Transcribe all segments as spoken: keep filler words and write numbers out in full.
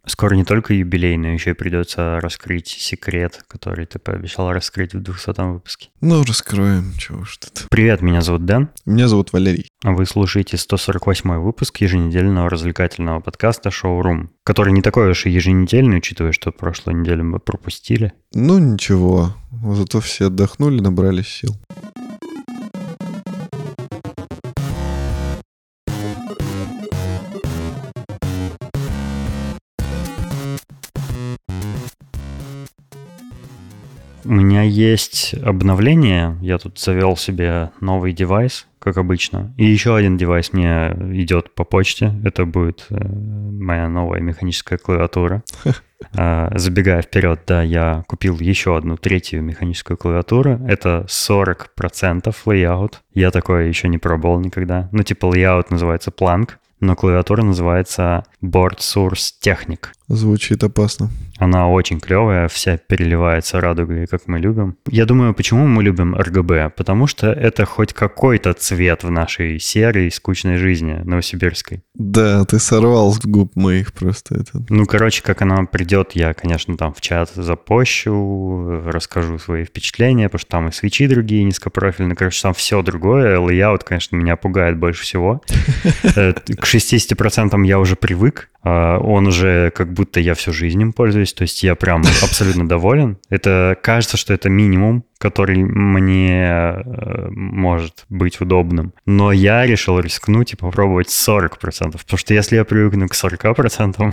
Скоро не только юбилей, но еще и придется раскрыть секрет, который ты пообещал раскрыть в двухсотом выпуске. Ну, раскроем, чего уж тут. Привет, меня зовут Дэн. Меня зовут Валерий. Вы слушаете сто сорок восьмой выпуск еженедельного развлекательного подкаста «Шоурум», который не такой уж и еженедельный, учитывая, что прошлую неделю мы пропустили. Ну, ничего. Зато все отдохнули, набрались сил. У меня есть обновление. Я тут завел себе новый девайс, как обычно. И еще один девайс мне идет по почте. Это будет моя новая механическая клавиатура. Забегая вперед, да, я купил еще одну третью механическую клавиатуру. Это сорок процентов лейаут. Я такое еще не пробовал никогда. Ну, типа лейаут называется Planck, но клавиатура называется Board Source Technic. Звучит опасно. Она очень клевая, вся переливается радугой, как мы любим. Я думаю, почему мы любим эр джи би? Потому что это хоть какой-то цвет в нашей серой, скучной жизни новосибирской. Да, ты сорвал с губ моих просто это. Ну, короче, как она придет, я, конечно, там в чат запощу, расскажу свои впечатления, потому что там и свечи другие низкопрофильные. Короче, там все другое. Лейаут, конечно, меня пугает больше всего. К шестидесяти процентам я уже привык. Он уже как будто я всю жизнь им пользуюсь, то есть я прям абсолютно доволен. Это кажется, что это минимум, который мне может быть удобным. Но я решил рискнуть и попробовать сорок процентов, потому что если я привыкну к сорока процентам,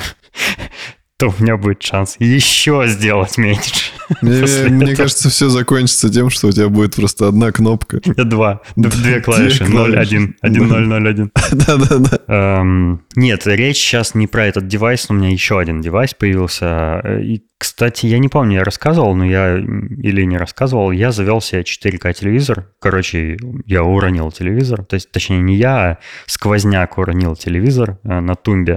то у меня будет шанс еще сделать меньше. Мне, мне кажется, все закончится тем, что у тебя будет просто одна кнопка. Два. Две клавиши. ноль один. один ноль ноль один. Да-да-да. Нет, речь сейчас не про этот девайс, но у меня еще один девайс появился. И, кстати, я не помню, я рассказывал, но я или не рассказывал, я завел себе четыре ка телевизор. Короче, я уронил телевизор. То есть, точнее, не я, а сквозняк уронил телевизор на тумбе.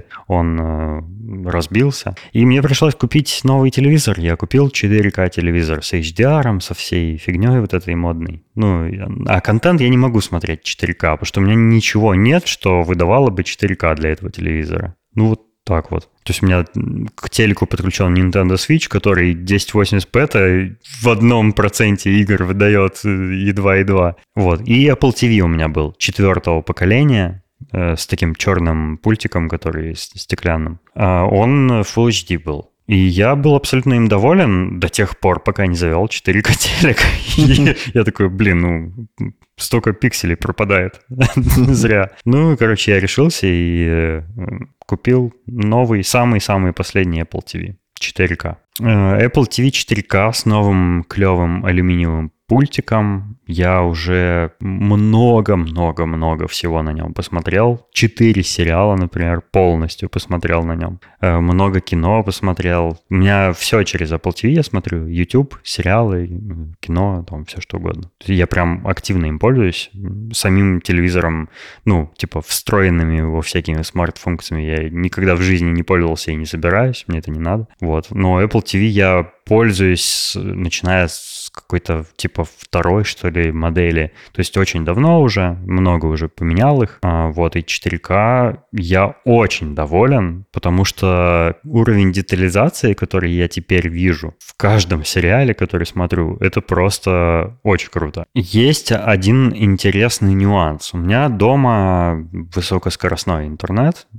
Он разбился. И мне пришлось купить новый телевизор. Я купил четыре ка телевизор с эйч ди ар, со всей фигней вот этой модной. Ну, а контент я не могу смотреть четыре ка, потому что у меня ничего нет, что выдавало бы четыре ка для этого телевизора. Ну, вот так вот. То есть у меня к телеку подключен Nintendo Switch, который десять восемьдесят пи в одном проценте игр выдает едва-едва. Вот. И Apple ти ви у меня был четвертого поколения, с таким черным пультиком, который стеклянным. Он Full эйч ди был. И я был абсолютно им доволен до тех пор, пока не завел четыре ка телек. И я такой, блин, ну, столько пикселей пропадает. Зря. Ну, короче, я решился и купил новый, самый-самый последний Apple ти ви четыре ка. Apple ти ви четыре ка с новым клевым алюминиевым пультиком. Я уже много-много-много всего на нем посмотрел. Четыре сериала, например, полностью посмотрел на нем. Много кино посмотрел. У меня все через Apple ти ви я смотрю. YouTube, сериалы, кино, там все что угодно. Я прям активно им пользуюсь. Самим телевизором, ну, типа встроенными его всякими смарт-функциями я никогда в жизни не пользовался и не собираюсь. Мне это не надо. Вот. Но Apple ти ви я пользуюсь, начиная с какой-то типа второй, что ли, модели. То есть очень давно уже, много уже поменял их. А, вот, и четыре ка я очень доволен, потому что уровень детализации, который я теперь вижу в каждом сериале, который смотрю, это просто очень круто. Есть один интересный нюанс. У меня дома высокоскоростной интернет.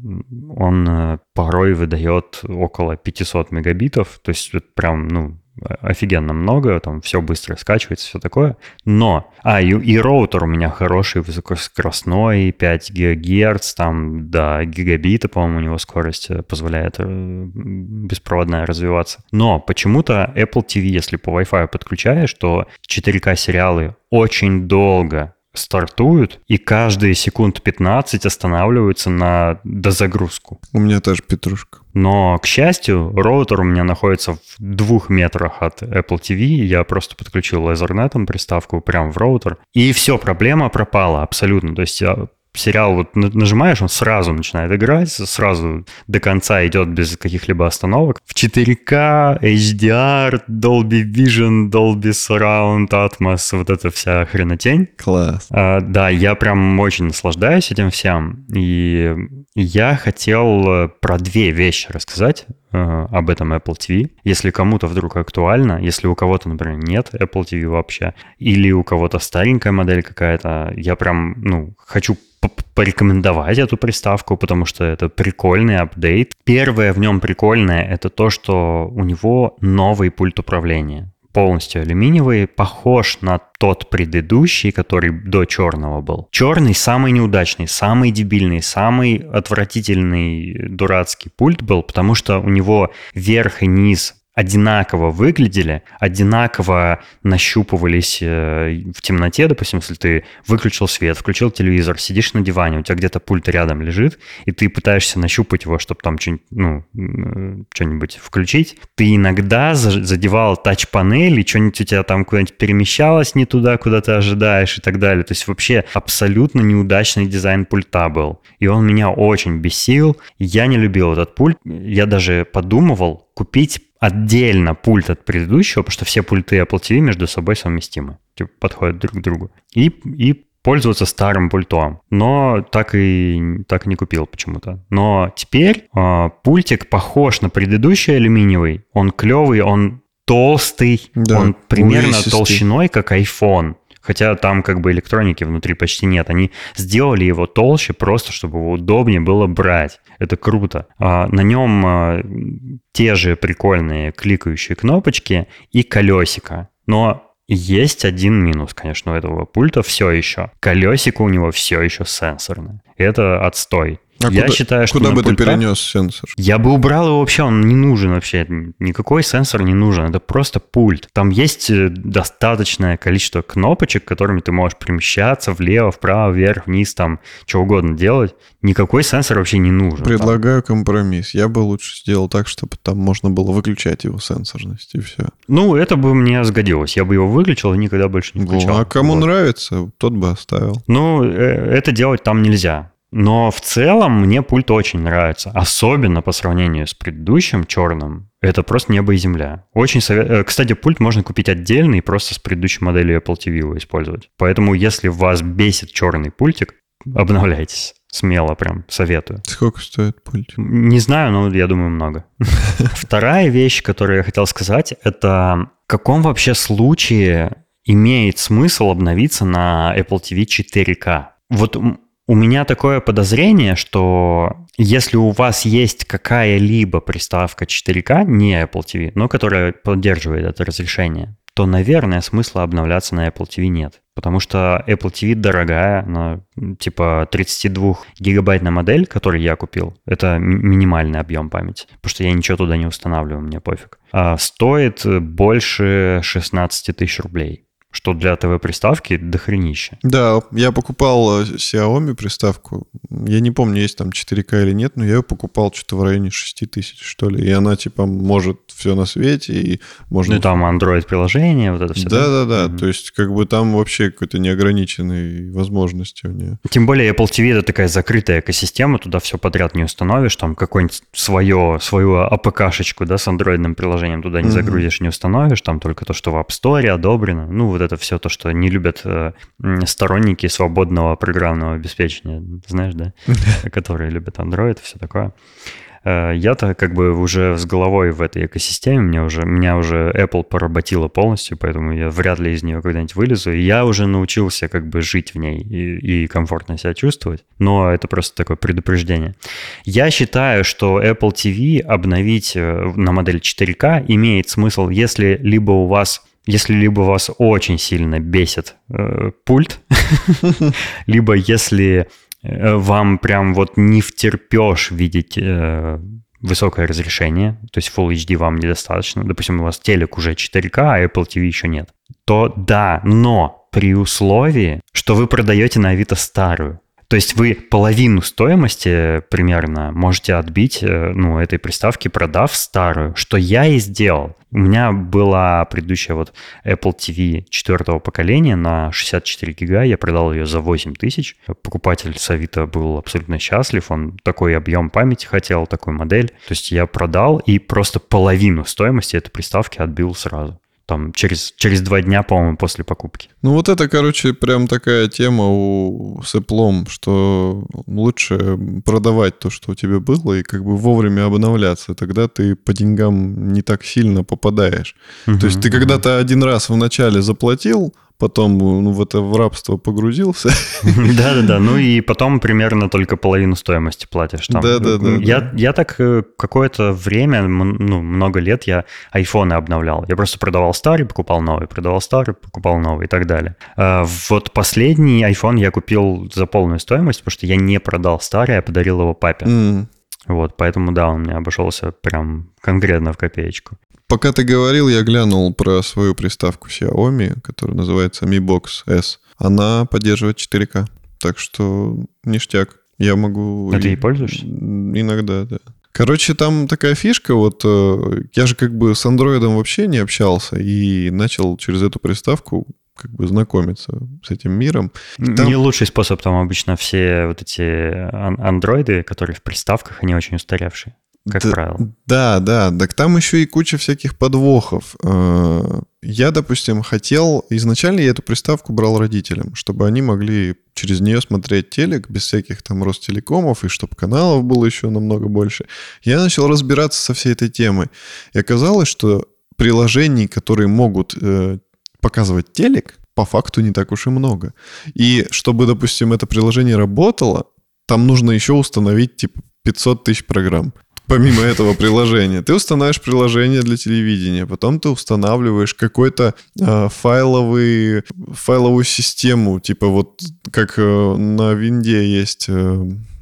Он порой выдает около пятьсот мегабитов. То есть это прям, ну, офигенно много, там все быстро скачивается, все такое. Но, а, и, и роутер у меня хороший, высокоскоростной, пять гигагерц, там до гигабита, по-моему, у него скорость позволяет беспроводная развиваться. Но почему-то Apple ти ви, если по Wi-Fi подключаешь, то четыре ка сериалы очень долго стартуют, и каждые секунд пятнадцать останавливаются на дозагрузку. У меня тоже петрушка. Но, к счастью, роутер у меня находится в двух метрах от Apple ти ви. Я просто подключил лазернетом приставку прямо в роутер. И все, проблема пропала абсолютно. То есть я сериал вот нажимаешь, он сразу начинает играть, сразу до конца идет без каких-либо остановок. В четыре ка, эйч ди ар, Dolby Vision, Dolby Surround, Atmos, вот эта вся хренотень. Класс. А, да, я прям очень наслаждаюсь этим всем. И Я хотел про две вещи рассказать э, об этом Apple ти ви. Если кому-то вдруг актуально, если у кого-то, например, нет Apple ти ви вообще, или у кого-то старенькая модель какая-то, я прям, ну, хочу порекомендовать эту приставку, потому что это прикольный апдейт. Первое в нем прикольное — это то, что у него новый пульт управления. Полностью алюминиевый, похож на тот предыдущий, который до черного был. Черный самый неудачный, самый дебильный, самый отвратительный, дурацкий пульт был, потому что у него верх и низ одинаково выглядели, одинаково нащупывались в темноте. Допустим, если ты выключил свет, включил телевизор, сидишь на диване, у тебя где-то пульт рядом лежит, и ты пытаешься нащупать его, чтобы там что-нибудь, ну, что-нибудь включить, ты иногда задевал тач-панель, и что-нибудь у тебя там куда-нибудь перемещалось не туда, куда ты ожидаешь и так далее. То есть вообще абсолютно неудачный дизайн пульта был. И он меня очень бесил. Я не любил этот пульт. Я даже подумывал купить отдельно пульт от предыдущего, потому что все пульты Apple ти ви между собой совместимы, типа подходят друг к другу. И, и пользоваться старым пультом. Но так и, так и не купил почему-то. Но теперь э, пультик похож на предыдущий алюминиевый. Он клевый, он толстый, да, он примерно увесистый. Толщиной, как iPhone. Хотя там как бы электроники внутри почти нет. Они сделали его толще просто, чтобы его удобнее было брать. Это круто. На нем те же прикольные кликающие кнопочки и колесико. Но есть один минус, конечно, у этого пульта все еще. Колесико у него все еще сенсорное. Это отстой. А я куда, считаю, что куда бы пульта, ты перенес сенсор? Я бы убрал его вообще, он не нужен вообще. Никакой сенсор не нужен, это просто пульт. Там есть достаточное количество кнопочек, которыми ты можешь перемещаться влево, вправо, вверх, вниз, там, что угодно делать. Никакой сенсор вообще не нужен. Предлагаю там компромисс. Я бы лучше сделал так, чтобы там можно было выключать его сенсорность, и все. Ну, это бы мне сгодилось. Я бы его выключил и никогда больше не включал. Ну, а кому вот. Нравится, тот бы оставил. Ну, это делать там нельзя. Но в целом мне пульт очень нравится, особенно по сравнению с предыдущим черным. Это просто небо и земля. Очень совет... Кстати, пульт можно купить отдельный и просто с предыдущей моделью Apple ти ви его использовать. Поэтому, если вас бесит черный пультик, обновляйтесь. Смело прям советую. Сколько стоит пульт? Не знаю, но я думаю, много. Вторая вещь, которую я хотел сказать, это в каком вообще случае имеет смысл обновиться на Apple ти ви четыре ка? Вот у меня такое подозрение, что если у вас есть какая-либо приставка четыре ка, не Apple ти ви, но которая поддерживает это разрешение, то, наверное, смысла обновляться на Apple ти ви нет. Потому что Apple ти ви дорогая, она типа тридцатидвухгигабайтная модель, которую я купил. Это ми- минимальный объем памяти, потому что я ничего туда не устанавливаю, мне пофиг. А стоит больше шестнадцать тысяч рублей. Что для ТВ-приставки дохренище. Да, я покупал Xiaomi приставку. Я не помню, есть там четыре ка или нет, но я ее покупал что-то в районе шесть тысяч, что ли. И она типа может все на свете. И можно... Ну и там Android-приложение, вот это все. Да-да-да, mm-hmm. То есть как бы там вообще какой-то неограниченной возможности у нее. Тем более Apple ти ви это такая закрытая экосистема, туда все подряд не установишь, там какое-нибудь свое, свою АПК-шечку, да, с андроидным приложением туда не mm-hmm. загрузишь, не установишь, там только то, что в App Store одобрено. Ну, вот это все то, что не любят э, сторонники свободного программного обеспечения, знаешь, да, которые любят Android, все такое. Э, я-то как бы уже с головой в этой экосистеме, меня уже, меня уже Apple поработила полностью, поэтому я вряд ли из нее когда-нибудь вылезу, и я уже научился как бы жить в ней и, и комфортно себя чувствовать, но это просто такое предупреждение. Я считаю, что Apple ти ви обновить на модель четыре ка имеет смысл, если либо у вас Если либо вас очень сильно бесит э, пульт, либо если э, вам прям вот не втерпешь видеть э, высокое разрешение, то есть Full эйч ди вам недостаточно, допустим, у вас телек уже четыре ка, а Apple ти ви еще нет, то да, но при условии, что вы продаете на Авито старую. То есть вы половину стоимости примерно можете отбить, ну, этой приставки, продав старую, что я и сделал. У меня была предыдущая вот Apple ти ви четвертого поколения на шестьдесят четыре гига, я продал ее за восемь тысяч. Покупатель с Авито был абсолютно счастлив, он такой объем памяти хотел, такую модель. То есть я продал и просто половину стоимости этой приставки отбил сразу. там через, через два дня, по-моему, после покупки. Ну вот это, короче, прям такая тема у, с Apple, что лучше продавать то, что у тебя было, и как бы вовремя обновляться. Тогда ты по деньгам не так сильно попадаешь. Uh-huh, то есть ты uh-huh. когда-то один раз вначале заплатил, потом ну, в это в рабство погрузился. Да-да-да, ну и потом примерно только половину стоимости платишь. Да-да-да. Я, я так какое-то время, ну, много лет я айфоны обновлял. Я просто продавал старый, покупал новый, продавал старый, покупал новый и так далее. Вот последний iPhone я купил за полную стоимость, потому что я не продал старый, а подарил его папе. Mm. Вот, поэтому, да, он мне обошелся прям конкретно в копеечку. Пока ты говорил, я глянул про свою приставку Xiaomi, которая называется Mi Box S. Она поддерживает четыре ка, так что ништяк. Я могу... А ты ей пользуешься? Иногда, да. Короче, там такая фишка, вот я же как бы с андроидом вообще не общался и начал через эту приставку как бы знакомиться с этим миром. Там... Не лучший способ, там обычно все вот эти андроиды, которые в приставках, они очень устаревшие. Как да, правило. Да, да. Так там еще и куча всяких подвохов. Я, допустим, хотел... Изначально я эту приставку брал родителям, чтобы они могли через нее смотреть телек без всяких там Ростелекомов, и чтобы каналов было еще намного больше. Я начал разбираться со всей этой темой. И оказалось, что приложений, которые могут э, показывать телек, по факту не так уж и много. И чтобы, допустим, это приложение работало, там нужно еще установить типа пятьсот тысяч программ. Помимо этого приложения. Ты устанавливаешь приложение для телевидения, потом ты устанавливаешь какой-то э, файловый, файловую систему, типа вот как э, на винде есть э,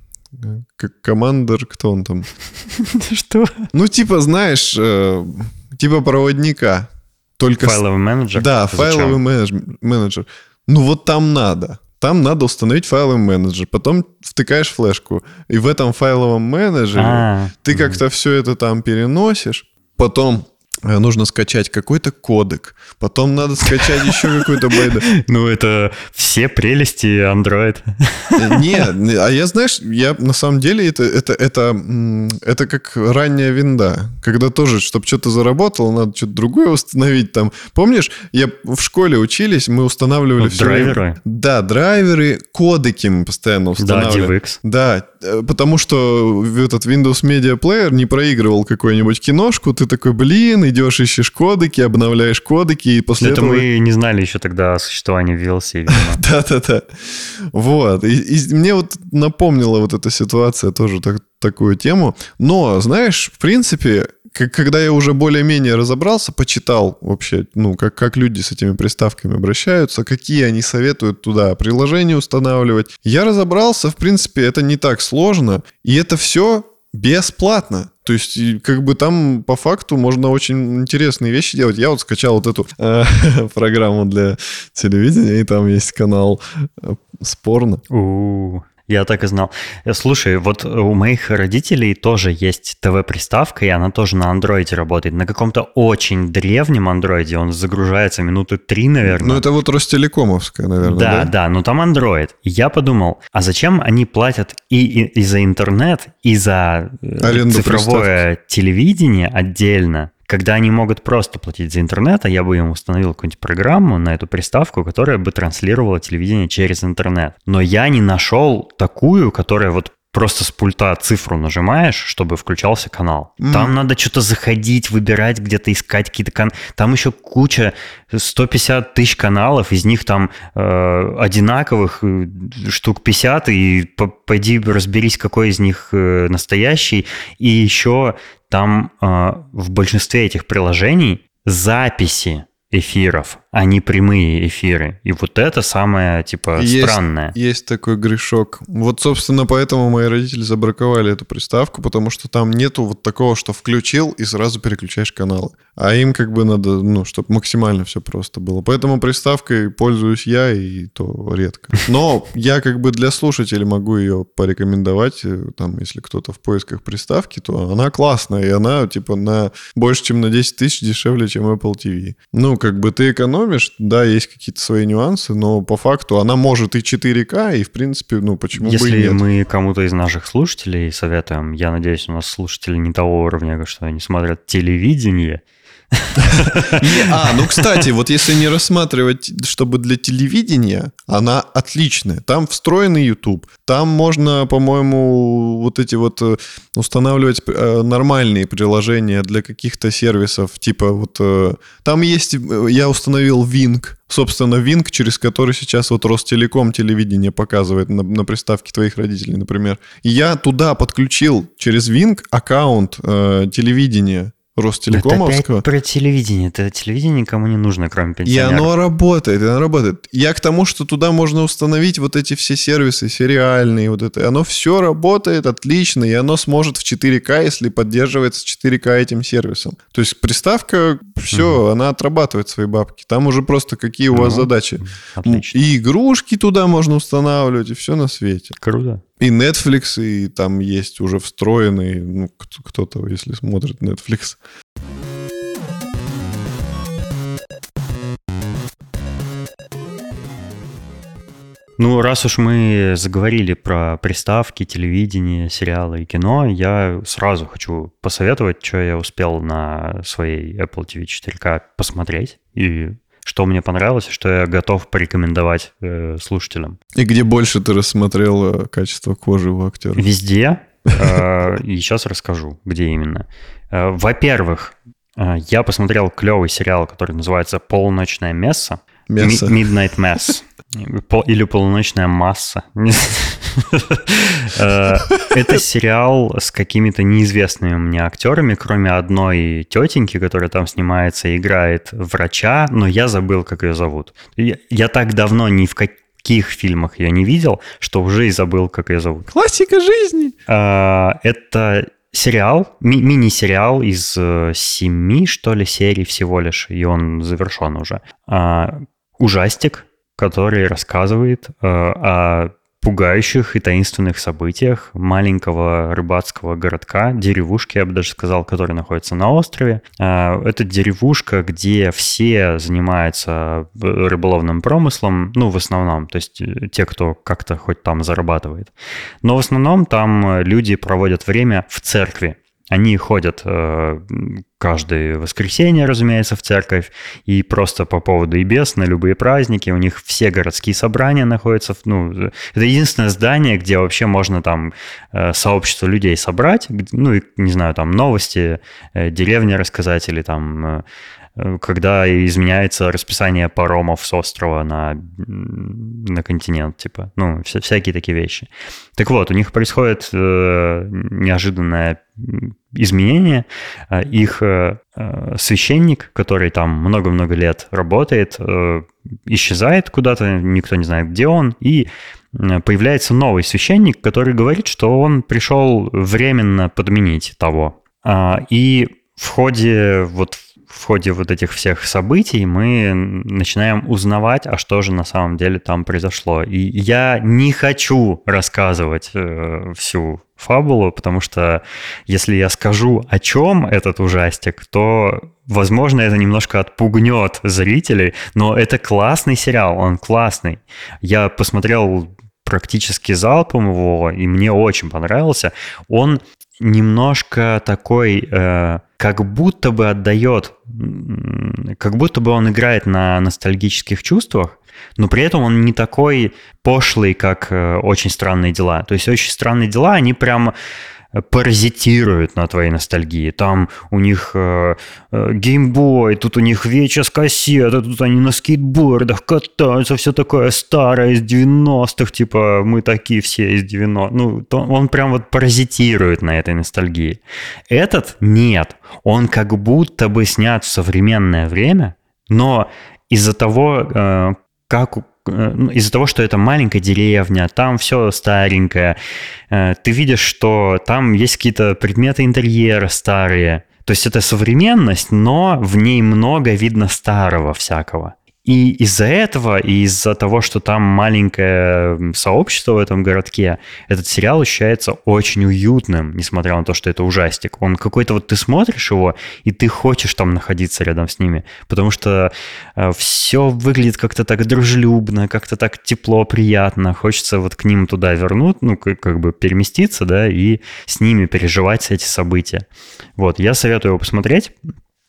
как командер, кто он там? Что? Ну, типа, знаешь, э, типа проводника. Только файловый менеджер? Да, файловый менеджер. Ну, вот там надо. Там надо установить файловый менеджер, потом втыкаешь флешку, и в этом файловом менеджере А-а-а. ты как-то все это там переносишь, потом нужно скачать какой-то кодек, потом надо скачать еще какой-то байда. Ну, это все прелести Android. Нет, а я, знаешь, я на самом деле это, это, это, это как ранняя винда, когда тоже, чтобы что-то заработало, надо что-то другое установить там. Помнишь, я в школе учились, мы устанавливали ну, все драйверы? Время. Да, драйверы, кодеки мы постоянно устанавливали. Да, ди ви экс. Да, потому что этот Windows Media Player не проигрывал какую-нибудь киношку, ты такой, блин, идешь, ищешь кодеки, обновляешь кодеки, и после это этого... Это мы не знали еще тогда о существовании ви эл си, видимо. Да-да-да. Вот. И, и мне вот напомнила вот эта ситуация тоже так, такую тему. Но, знаешь, в принципе, как, когда я уже более-менее разобрался, почитал вообще, ну, как, как люди с этими приставками обращаются, какие они советуют туда приложения устанавливать, я разобрался, в принципе, это не так сложно, и это все бесплатно. То есть, как бы там по факту можно очень интересные вещи делать. Я вот скачал вот эту э, программу для телевидения, и там есть канал э, «Спорно». У-у-у. Я так и знал. Слушай, вот у моих родителей тоже есть ТВ-приставка, и она тоже на андроиде работает. На каком-то очень древнем андроиде. Он загружается минуты три, наверное. Ну, это вот Ростелекомовская, наверное, да? Да, да, да, но там андроид. И я подумал, а зачем они платят и, и, и за интернет, и за аренду цифровое приставки. Телевидение отдельно? Когда они могут просто платить за интернет, а я бы им установил какую-нибудь программу на эту приставку, которая бы транслировала телевидение через интернет. Но я не нашел такую, которая вот просто с пульта цифру нажимаешь, чтобы включался канал. Mm. Там надо что-то заходить, выбирать, где-то искать какие-то каналы. Там еще куча, сто пятьдесят тысяч каналов, из них там э, одинаковых штук пятьдесят, и пойди разберись, какой из них э, настоящий. И еще там э, в большинстве этих приложений записи эфиров, а не прямые эфиры. И вот это самое, типа, есть, странное. Есть такой грешок. Вот, собственно, поэтому мои родители забраковали эту приставку, потому что там нету вот такого, что включил и сразу переключаешь каналы. А им как бы надо, ну, чтобы максимально все просто было. Поэтому приставкой пользуюсь я, и то редко. Но я как бы для слушателей могу ее порекомендовать. Там, если кто-то в поисках приставки, то она классная, и она, типа, на больше, чем на десять тысяч дешевле, чем Apple ти ви. Ну, как бы ты экономишь, да, есть какие-то свои нюансы, но по факту она может и четыре ка, и в принципе, ну почему Если бы и нет. Если мы кому-то из наших слушателей советуем, я надеюсь, у нас слушатели не того уровня, что они смотрят телевидение, А, ну, кстати, вот если не рассматривать, чтобы для телевидения, она отличная. Там встроенный YouTube. Там можно, по-моему, вот эти вот устанавливать нормальные приложения для каких-то сервисов. Типа вот... Там есть... Я установил Wing. Собственно, Wing, через который сейчас вот Ростелеком телевидение показывает на, на приставке твоих родителей, например. И я туда подключил через Wing аккаунт э, телевидения Ростелекомовского. Это опять про телевидение. Это телевидение никому не нужно, кроме пенсионеров. И оно работает, и оно работает. Я к тому, что туда можно установить вот эти все сервисы сериальные, вот это. Оно все работает отлично, и оно сможет в четыре ка, если поддерживается четыре ка этим сервисом. То есть приставка, все, угу. она отрабатывает свои бабки. Там уже просто какие у вас ну, задачи. Отлично. И игрушки туда можно устанавливать, и все на свете. Круто. И Netflix, и там есть уже встроенный, ну, кто-то, если смотрит Netflix. Ну, раз уж мы заговорили про приставки, телевидение, сериалы и кино, я сразу хочу посоветовать, что я успел на своей Apple ти ви четыре ка посмотреть и что мне понравилось, и что я готов порекомендовать э, слушателям. И где больше ты рассмотрел качество кожи у актера? Везде. Э, и сейчас расскажу, где именно. Э, во-первых, э, я посмотрел клевый сериал, который называется «Полуночное месса». Мясо. Midnight Mass. Или «Полуночная масса». Это сериал с какими-то неизвестными мне актерами, кроме одной тетеньки, которая там снимается и играет врача, но я забыл, как ее зовут. Я, я так давно ни в каких фильмах ее не видел, что уже и забыл, как ее зовут. Классика жизни! Это сериал, ми- мини-сериал из семи, что ли, серий всего лишь, и он завершен уже. Ужастик, который рассказывает о пугающих и таинственных событиях маленького рыбацкого городка, деревушки, я бы даже сказал, который находится на острове. Это деревушка, где все занимаются рыболовным промыслом, ну, в основном, то есть те, кто как-то хоть там зарабатывает. Но в основном там люди проводят время в церкви. Они ходят э, каждое воскресенье, разумеется, в церковь, и просто по поводу и без на любые праздники. У них все городские собрания находятся. Ну, это единственное здание, где вообще можно там э, сообщество людей собрать, ну, и, не знаю, там новости, э, деревни рассказать или там... Э, когда изменяется расписание паромов с острова на, на континент, типа, ну, вся, всякие такие вещи. Так вот, у них происходит э, неожиданное изменение. Их э, священник, который там много-много лет работает, э, исчезает куда-то, никто не знает, где он, и появляется новый священник, который говорит, что он пришел временно подменить того. И в ходе вот в ходе вот этих всех событий мы начинаем узнавать, а что же на самом деле там произошло. И я не хочу рассказывать э, всю фабулу, потому что если я скажу, о чем этот ужастик, то, возможно, это немножко отпугнет зрителей, но это классный сериал, он классный. Я посмотрел практически залпом его, и мне очень понравился. Он немножко такой... Э, как будто бы отдает, как будто бы он играет на ностальгических чувствах, но при этом он не такой пошлый, как «Очень странные дела». То есть «Очень странные дела», они прям паразитируют на твоей ностальгии. Там у них геймбой, э, тут у них ви эйч эс-кассета, тут они на скейтбордах катаются, все такое старое из девяностых, типа мы такие все из девяностых. Ну, то он прям вот паразитирует на этой ностальгии. Этот нет. Он как будто бы снят в современное время, но из-за того, э, как... из-за того, что это маленькая деревня, там все старенькое, ты видишь, что там есть какие-то предметы интерьера старые. То есть это современность, но в ней много видно старого всякого. И из-за этого, и из-за того, что там маленькое сообщество в этом городке, этот сериал ощущается очень уютным, несмотря на то, что это ужастик. Он какой-то вот ты смотришь его, и ты хочешь там находиться рядом с ними, потому что э, все выглядит как-то так дружелюбно, как-то так тепло, приятно. Хочется вот к ним туда вернуть, ну, как, как бы переместиться, да, и с ними переживать эти события. Вот, я советую его посмотреть.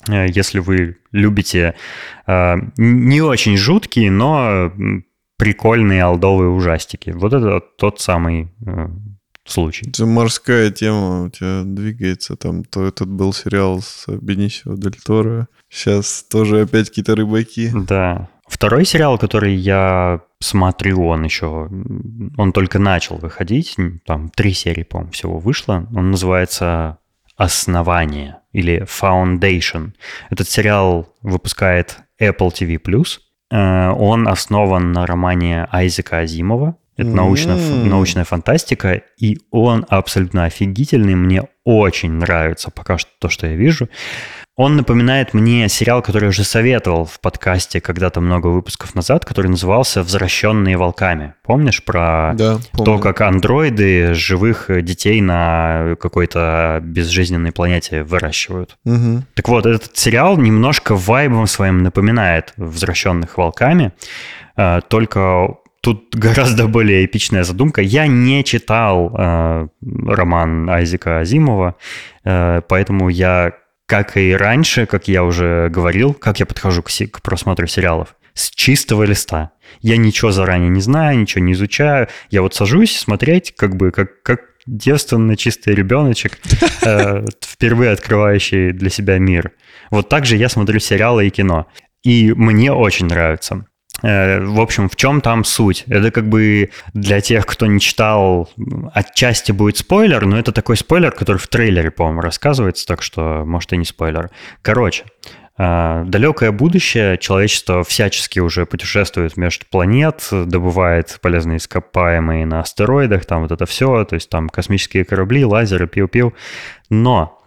если вы любите э, не очень жуткие, но прикольные олдовые ужастики. Вот это тот самый э, случай. Это морская тема у тебя двигается. Там то этот был сериал с Бенисио Дель Торо. Сейчас тоже опять какие-то рыбаки. Да. Второй сериал, который я смотрю, он еще... Он только начал выходить. Там три серии, по-моему, всего вышло. Он называется «Основание» или «Foundation». Этот сериал выпускает Apple ти ви плюс. Он основан на романе Айзека Азимова. Это mm-hmm. научная, научная фантастика, и он абсолютно офигительный. Мне очень нравится пока что то, что я вижу. Он напоминает мне сериал, который я уже советовал в подкасте когда-то много выпусков назад, который назывался «Возвращенные волками». Помнишь про да, то, как андроиды живых детей на какой-то безжизненной планете выращивают? Угу. Так вот, этот сериал немножко вайбом своим напоминает «Возвращенных волками», только... Тут гораздо более эпичная задумка. Я не читал э, роман Айзека Азимова, э, поэтому я, как и раньше, как я уже говорил, как я подхожу к, к просмотру сериалов, с чистого листа. Я ничего заранее не знаю, ничего не изучаю. Я вот сажусь смотреть, как бы как, как девственный чистый ребеночек, э, впервые открывающий для себя мир. Вот так же я смотрю сериалы и кино. И мне очень нравится. В общем, в чем там суть? Это как бы для тех, кто не читал, отчасти будет спойлер, но это такой спойлер, который в трейлере, по-моему, рассказывается, так что, может, и не спойлер. Короче, далекое будущее, человечество всячески уже путешествует между планет, добывает полезные ископаемые на астероидах, там вот это все, то есть там космические корабли, лазеры, пиу-пиу. Но...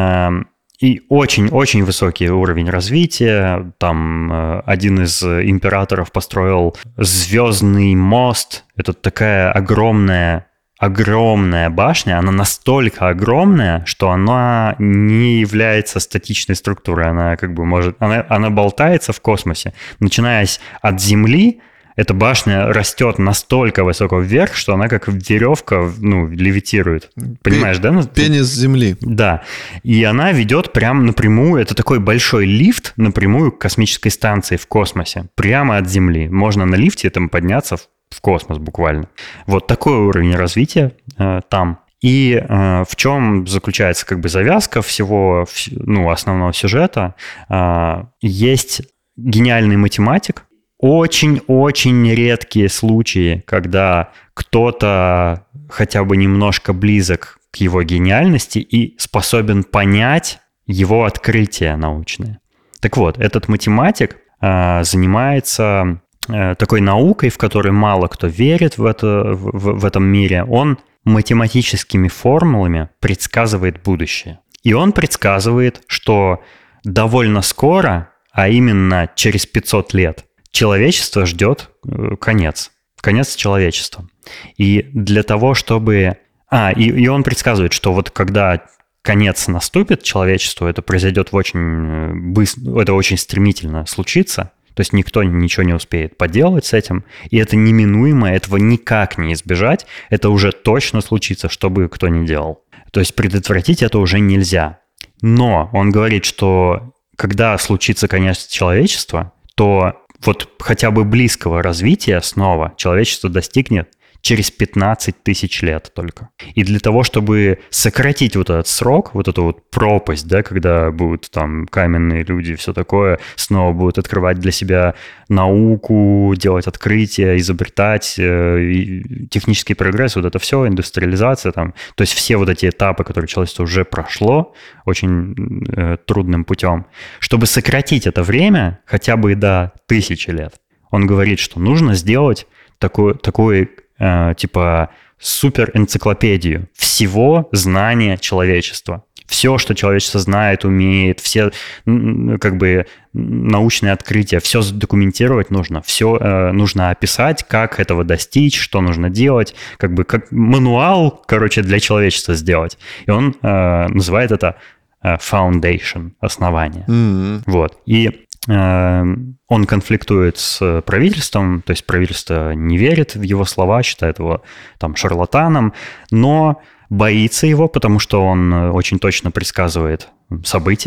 И очень-очень высокий уровень развития. Там э, один из императоров построил звездный мост. Это такая огромная, огромная башня. Она настолько огромная, что она не является статичной структурой. Она как бы может... Она, она болтается в космосе. Начиная от Земли, эта башня растет настолько высоко вверх, что она как веревка, ну, левитирует. Понимаешь, Пе- да? Пенис Земли. Да. И она ведет прямо напрямую, это такой большой лифт напрямую к космической станции в космосе. Прямо от Земли. Можно на лифте там подняться в, в космос буквально. Вот такой уровень развития э, там. И э, в чем заключается как бы завязка всего, ну, основного сюжета? Э, есть гениальный математик. Очень-очень редкие случаи, когда кто-то хотя бы немножко близок к его гениальности и способен понять его открытие научное. Так вот, этот математик э, занимается э, такой наукой, в которой мало кто верит в, это, в, в этом мире. Он математическими формулами предсказывает будущее. И он предсказывает, что довольно скоро, а именно через пятьсот лет, человечество ждет конец, конец человечества. И для того, чтобы... А, и, и он предсказывает, что вот когда конец наступит человечеству, это произойдет в очень быстро, это очень стремительно случится, то есть никто ничего не успеет поделать с этим, и это неминуемо, этого никак не избежать, это уже точно случится, что бы кто ни делал. То есть предотвратить это уже нельзя. Но он говорит, что когда случится конец человечества, то вот хотя бы близкого развития снова человечество достигнет через пятнадцать тысяч лет только. И для того, чтобы сократить вот этот срок, вот эту вот пропасть, да, когда будут там каменные люди, все такое, снова будут открывать для себя науку, делать открытия, изобретать, э, технический прогресс, вот это все, индустриализация там, то есть все вот эти этапы, которые человечество уже прошло очень э, трудным путем, чтобы сократить это время хотя бы до тысячи лет. Он говорит, что нужно сделать такой, такой э, типа суперэнциклопедию всего знания человечества. Все, что человечество знает, умеет, все как бы научные открытия, все задокументировать нужно, все э, нужно описать, как этого достичь, что нужно делать, как бы как мануал, короче, для человечества сделать. И он э, называет это э, foundation, основание. Mm-hmm. Вот. И э, он конфликтует с правительством, то есть правительство не верит в его слова, считает его там шарлатаном, но боится его, потому что он очень точно предсказывает события.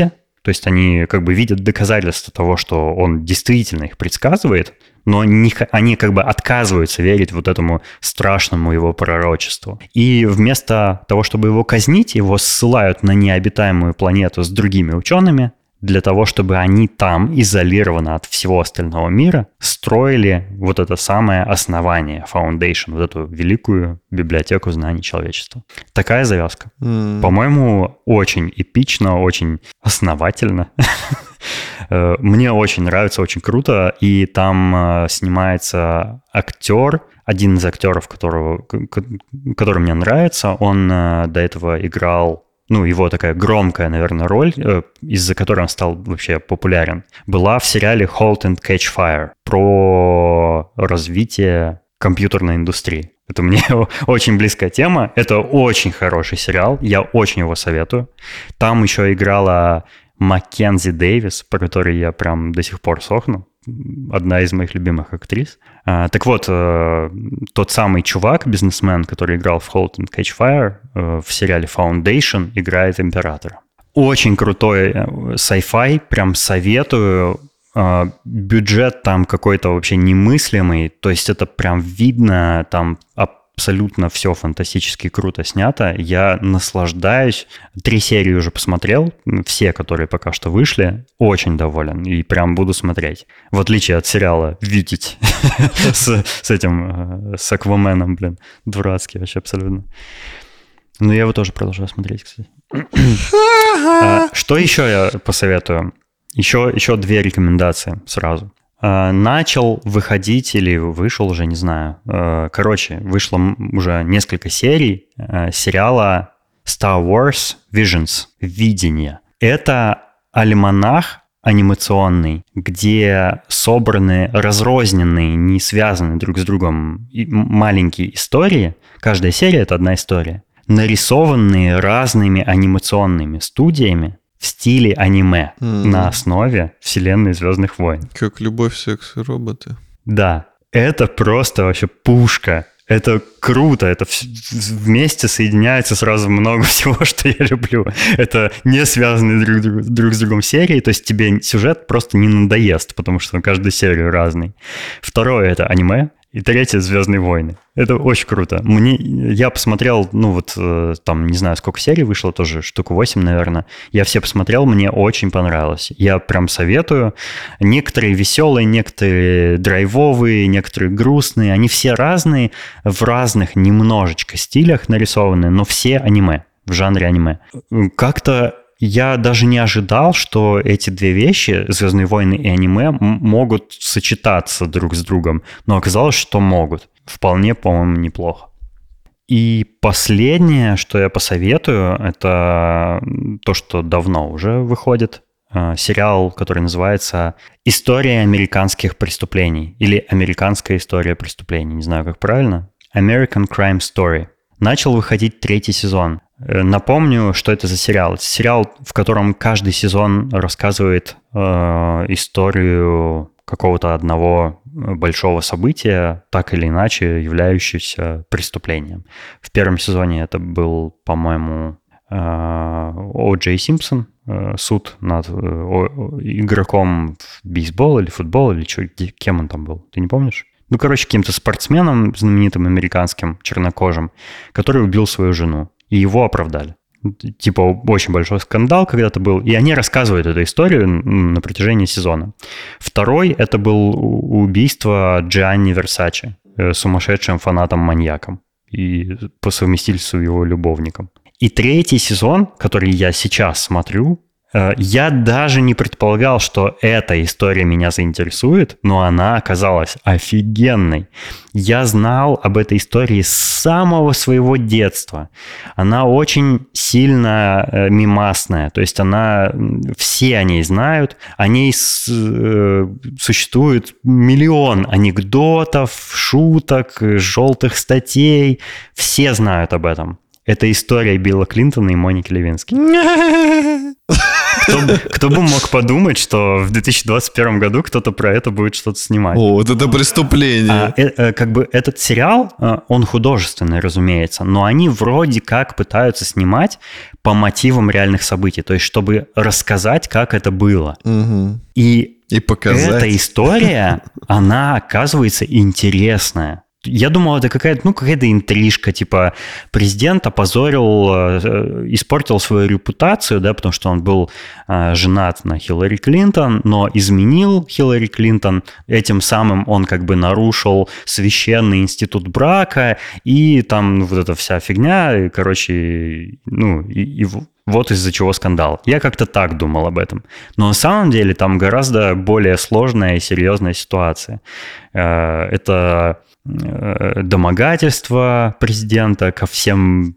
То есть они как бы видят доказательства того, что он действительно их предсказывает, но не, они как бы отказываются верить вот этому страшному его пророчеству. И вместо того, чтобы его казнить, его ссылают на необитаемую планету с другими учеными, для того, чтобы они там, изолированно от всего остального мира, строили вот это самое основание, foundation, вот эту великую библиотеку знаний человечества. Такая завязка. Mm. По-моему, очень эпично, очень основательно. Мне очень нравится, очень круто. И там снимается актер, один из актеров, которого, который мне нравится. Он до этого играл... Ну, его такая громкая, наверное, роль, из-за которой он стал вообще популярен, была в сериале «Halt and Catch Fire» про развитие компьютерной индустрии. Это мне очень близкая тема. Это очень хороший сериал. Я очень его советую. Там еще играла Маккензи Дэвис, по которой я прям до сих пор сохну. Одна из моих любимых актрис. А, так вот, э, тот самый чувак, бизнесмен, который играл в Halt and Catch Fire, э, в сериале Foundation играет императора. Очень крутой sci-fi, прям советую. Э, бюджет там какой-то вообще немыслимый, то есть это прям видно, там абсолютно все фантастически круто снято. Я наслаждаюсь. Три серии уже посмотрел, все, которые пока что вышли. Очень доволен и прям буду смотреть. В отличие от сериала «Видеть» с этим, с Акваменом, блин. Дурацкий вообще абсолютно. Но я его тоже продолжаю смотреть, кстати. Что еще я посоветую? Еще, еще две рекомендации сразу. Начал выходить или вышел уже, не знаю. Короче, вышло уже несколько серий сериала Star Wars Visions, Видение. Это альманах анимационный, где собраны разрозненные, не связанные друг с другом маленькие истории. Каждая серия — это одна история, нарисованные разными анимационными студиями в стиле аниме mm. на основе вселенной «Звездных войн». Как «Любовь, секс и роботы». Да, это просто вообще пушка. Это круто, это вместе соединяется сразу много всего, что я люблю. Это не связанные друг, друг, друг с другом серии, то есть тебе сюжет просто не надоест, потому что каждую серию разный. Второе — это аниме. И третье — «Звездные войны». Это очень круто. Мне, я посмотрел, ну вот, там, не знаю, сколько серий вышло, тоже штук восемь, наверное. Я все посмотрел, мне очень понравилось. Я прям советую. Некоторые веселые, некоторые драйвовые, некоторые грустные. Они все разные, в разных немножечко стилях нарисованы, но все аниме, в жанре аниме. Как-то я даже не ожидал, что эти две вещи, «Звездные войны» и аниме, могут сочетаться друг с другом. Но оказалось, что могут. Вполне, по-моему, неплохо. И последнее, что я посоветую, это то, что давно уже выходит. Сериал, который называется «История американских преступлений» или «Американская история преступлений». Не знаю, как правильно. American Crime Story. Начал выходить третий сезон. Напомню, что это за сериал. Это сериал, в котором каждый сезон рассказывает э, историю какого-то одного большого события, так или иначе являющегося преступлением. В первом сезоне это был, по-моему, э, О Джей Симпсон, э, суд над э, игроком в бейсбол или футбол, или что, кем он там был, ты не помнишь? Ну, короче, каким-то спортсменом знаменитым американским, чернокожим, который убил свою жену. И его оправдали. Типа очень большой скандал когда-то был. И они рассказывают эту историю на протяжении сезона. Второй — это был убийство Джианни Версаче, сумасшедшим фанатом-маньяком. И по совместительству его любовником. И третий сезон, который я сейчас смотрю, я даже не предполагал, что эта история меня заинтересует, но она оказалась офигенной. Я знал об этой истории с самого своего детства. Она очень сильно мемасная, то есть она, все о ней знают, о ней с, э, существует миллион анекдотов, шуток, желтых статей, все знают об этом. Это история Билла Клинтона и Моники Левински. Кто, кто бы мог подумать, что в две тысячи двадцать первом году кто-то про это будет что-то снимать. О, вот это преступление. А, э, как бы этот сериал, он художественный, разумеется, но они вроде как пытаются снимать по мотивам реальных событий, то есть чтобы рассказать, как это было. Угу. И, И показать. эта история, она оказывается интересная. Я думал, это какая-то, ну, какая-то интрижка, типа президент опозорил, э, испортил свою репутацию, да, потому что он был э, женат на Хиллари Клинтон, но изменил Хиллари Клинтон, этим самым он как бы нарушил священный институт брака, и там вот эта вся фигня, и, короче, ну, и, и вот из-за чего скандал. Я как-то так думал об этом. Но на самом деле там гораздо более сложная и серьезная ситуация. Э, это домогательство президента ко всем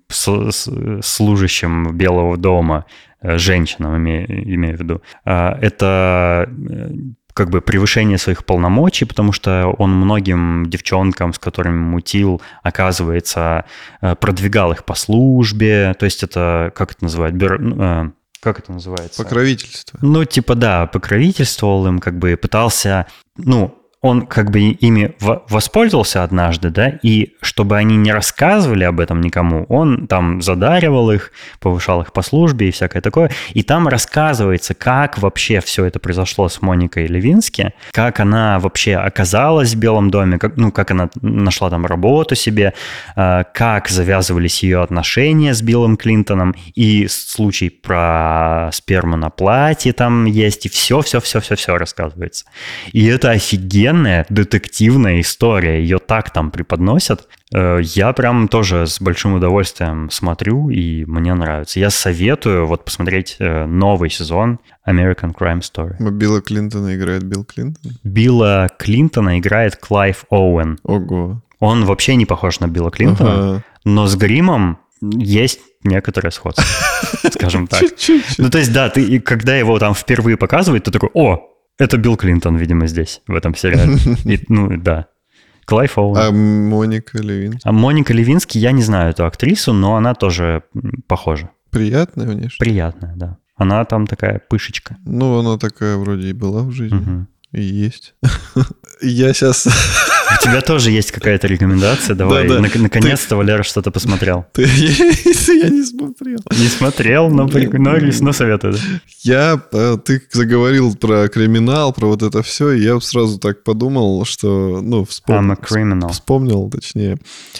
служащим Белого дома, женщинам, имею, имею в виду. Это как бы превышение своих полномочий, потому что он многим девчонкам, с которыми мутил, оказывается, продвигал их по службе. То есть это, как это называют, бюро... Как это называется? Покровительство. Ну, типа, да, покровительствовал им, как бы пытался, ну, он как бы ими воспользовался однажды, да, и чтобы они не рассказывали об этом никому, он там задаривал их, повышал их по службе и всякое такое. И там рассказывается, как вообще все это произошло с Моникой Левински, как она вообще оказалась в Белом доме, как, ну, как она нашла там работу себе, как завязывались ее отношения с Биллом Клинтоном, и случай про сперму на платье там есть, и все-все-все-все-все рассказывается. И это офигенно. Детективная история, ее так там преподносят. Я прям тоже с большим удовольствием смотрю, и мне нравится. Я советую вот посмотреть новый сезон American Crime Story. Билла Клинтона играет Билл Клинтон? Билла Клинтона играет Клайв Оуэн. Ого. Он вообще не похож на Билла Клинтона, ага. но с гримом есть некоторое сходство, скажем так. Ну, то есть, да, ты, когда его там впервые показывают, ты такой, о, это Билл Клинтон, видимо, здесь, в этом сериале. И, ну, да. Клайв Оуэн. А Моника Левински? А Моника Левински, я не знаю эту актрису, но она тоже похожа. Приятная внешне? Приятная, да. Она там такая пышечка. Ну, она такая вроде и была в жизни. Угу. И есть. Я сейчас... У тебя тоже есть какая-то рекомендация? Давай, да, да. наконец-то ты... Валера что-то посмотрел. Ты... Я не смотрел. Не смотрел, но, но, но советую. Да? Я... Ты заговорил про криминал, про вот это все, и я сразу так подумал, что... Ну, вспом... вспомнил, точнее,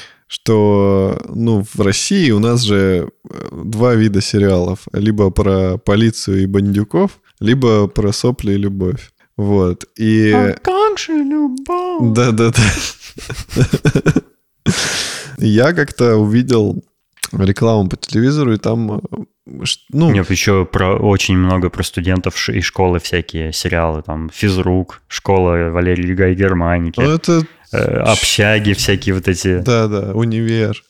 что, ну, в России у нас же два вида сериалов. Либо про полицию и бандюков, либо про сопли и любовь. Вот, и... А как же любовь? Да-да-да. Я как-то увидел рекламу по телевизору, и там... Ну... Нет, еще про, очень много про студентов и школы всякие сериалы. Там «Физрук», «Школа Валерии Гай Германики», ну, это... э, «Общаги» всякие вот эти. Да-да, «Универ».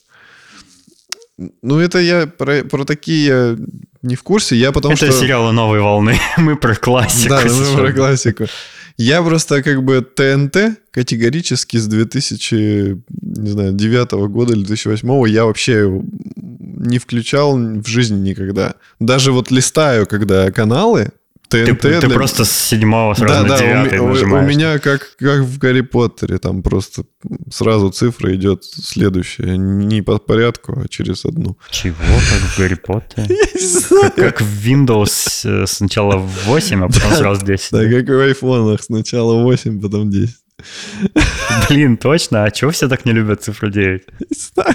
Ну, это я про, про такие я не в курсе. Я потому это что... сериалы новой волны. Мы про классику. Да, мы про классику. Я просто как бы ТНТ категорически с две тысячи девятого года или две тысячи восьмого я вообще не включал в жизни никогда. Даже вот листаю, когда каналы... ТНТ ты, ты для... просто с седьмого сразу да, на девятый да, у, нажимаешь. У меня как, как в Гарри Поттере, там просто сразу цифра идет следующая. Не по порядку, а через одну. Чего? Как в Гарри Поттере? Как, как в Windows сначала восемь, а потом сразу десять. Да, как в айфонах. Сначала восемь, потом десять. Блин, точно? А чего все так не любят цифру девять? Не знаю.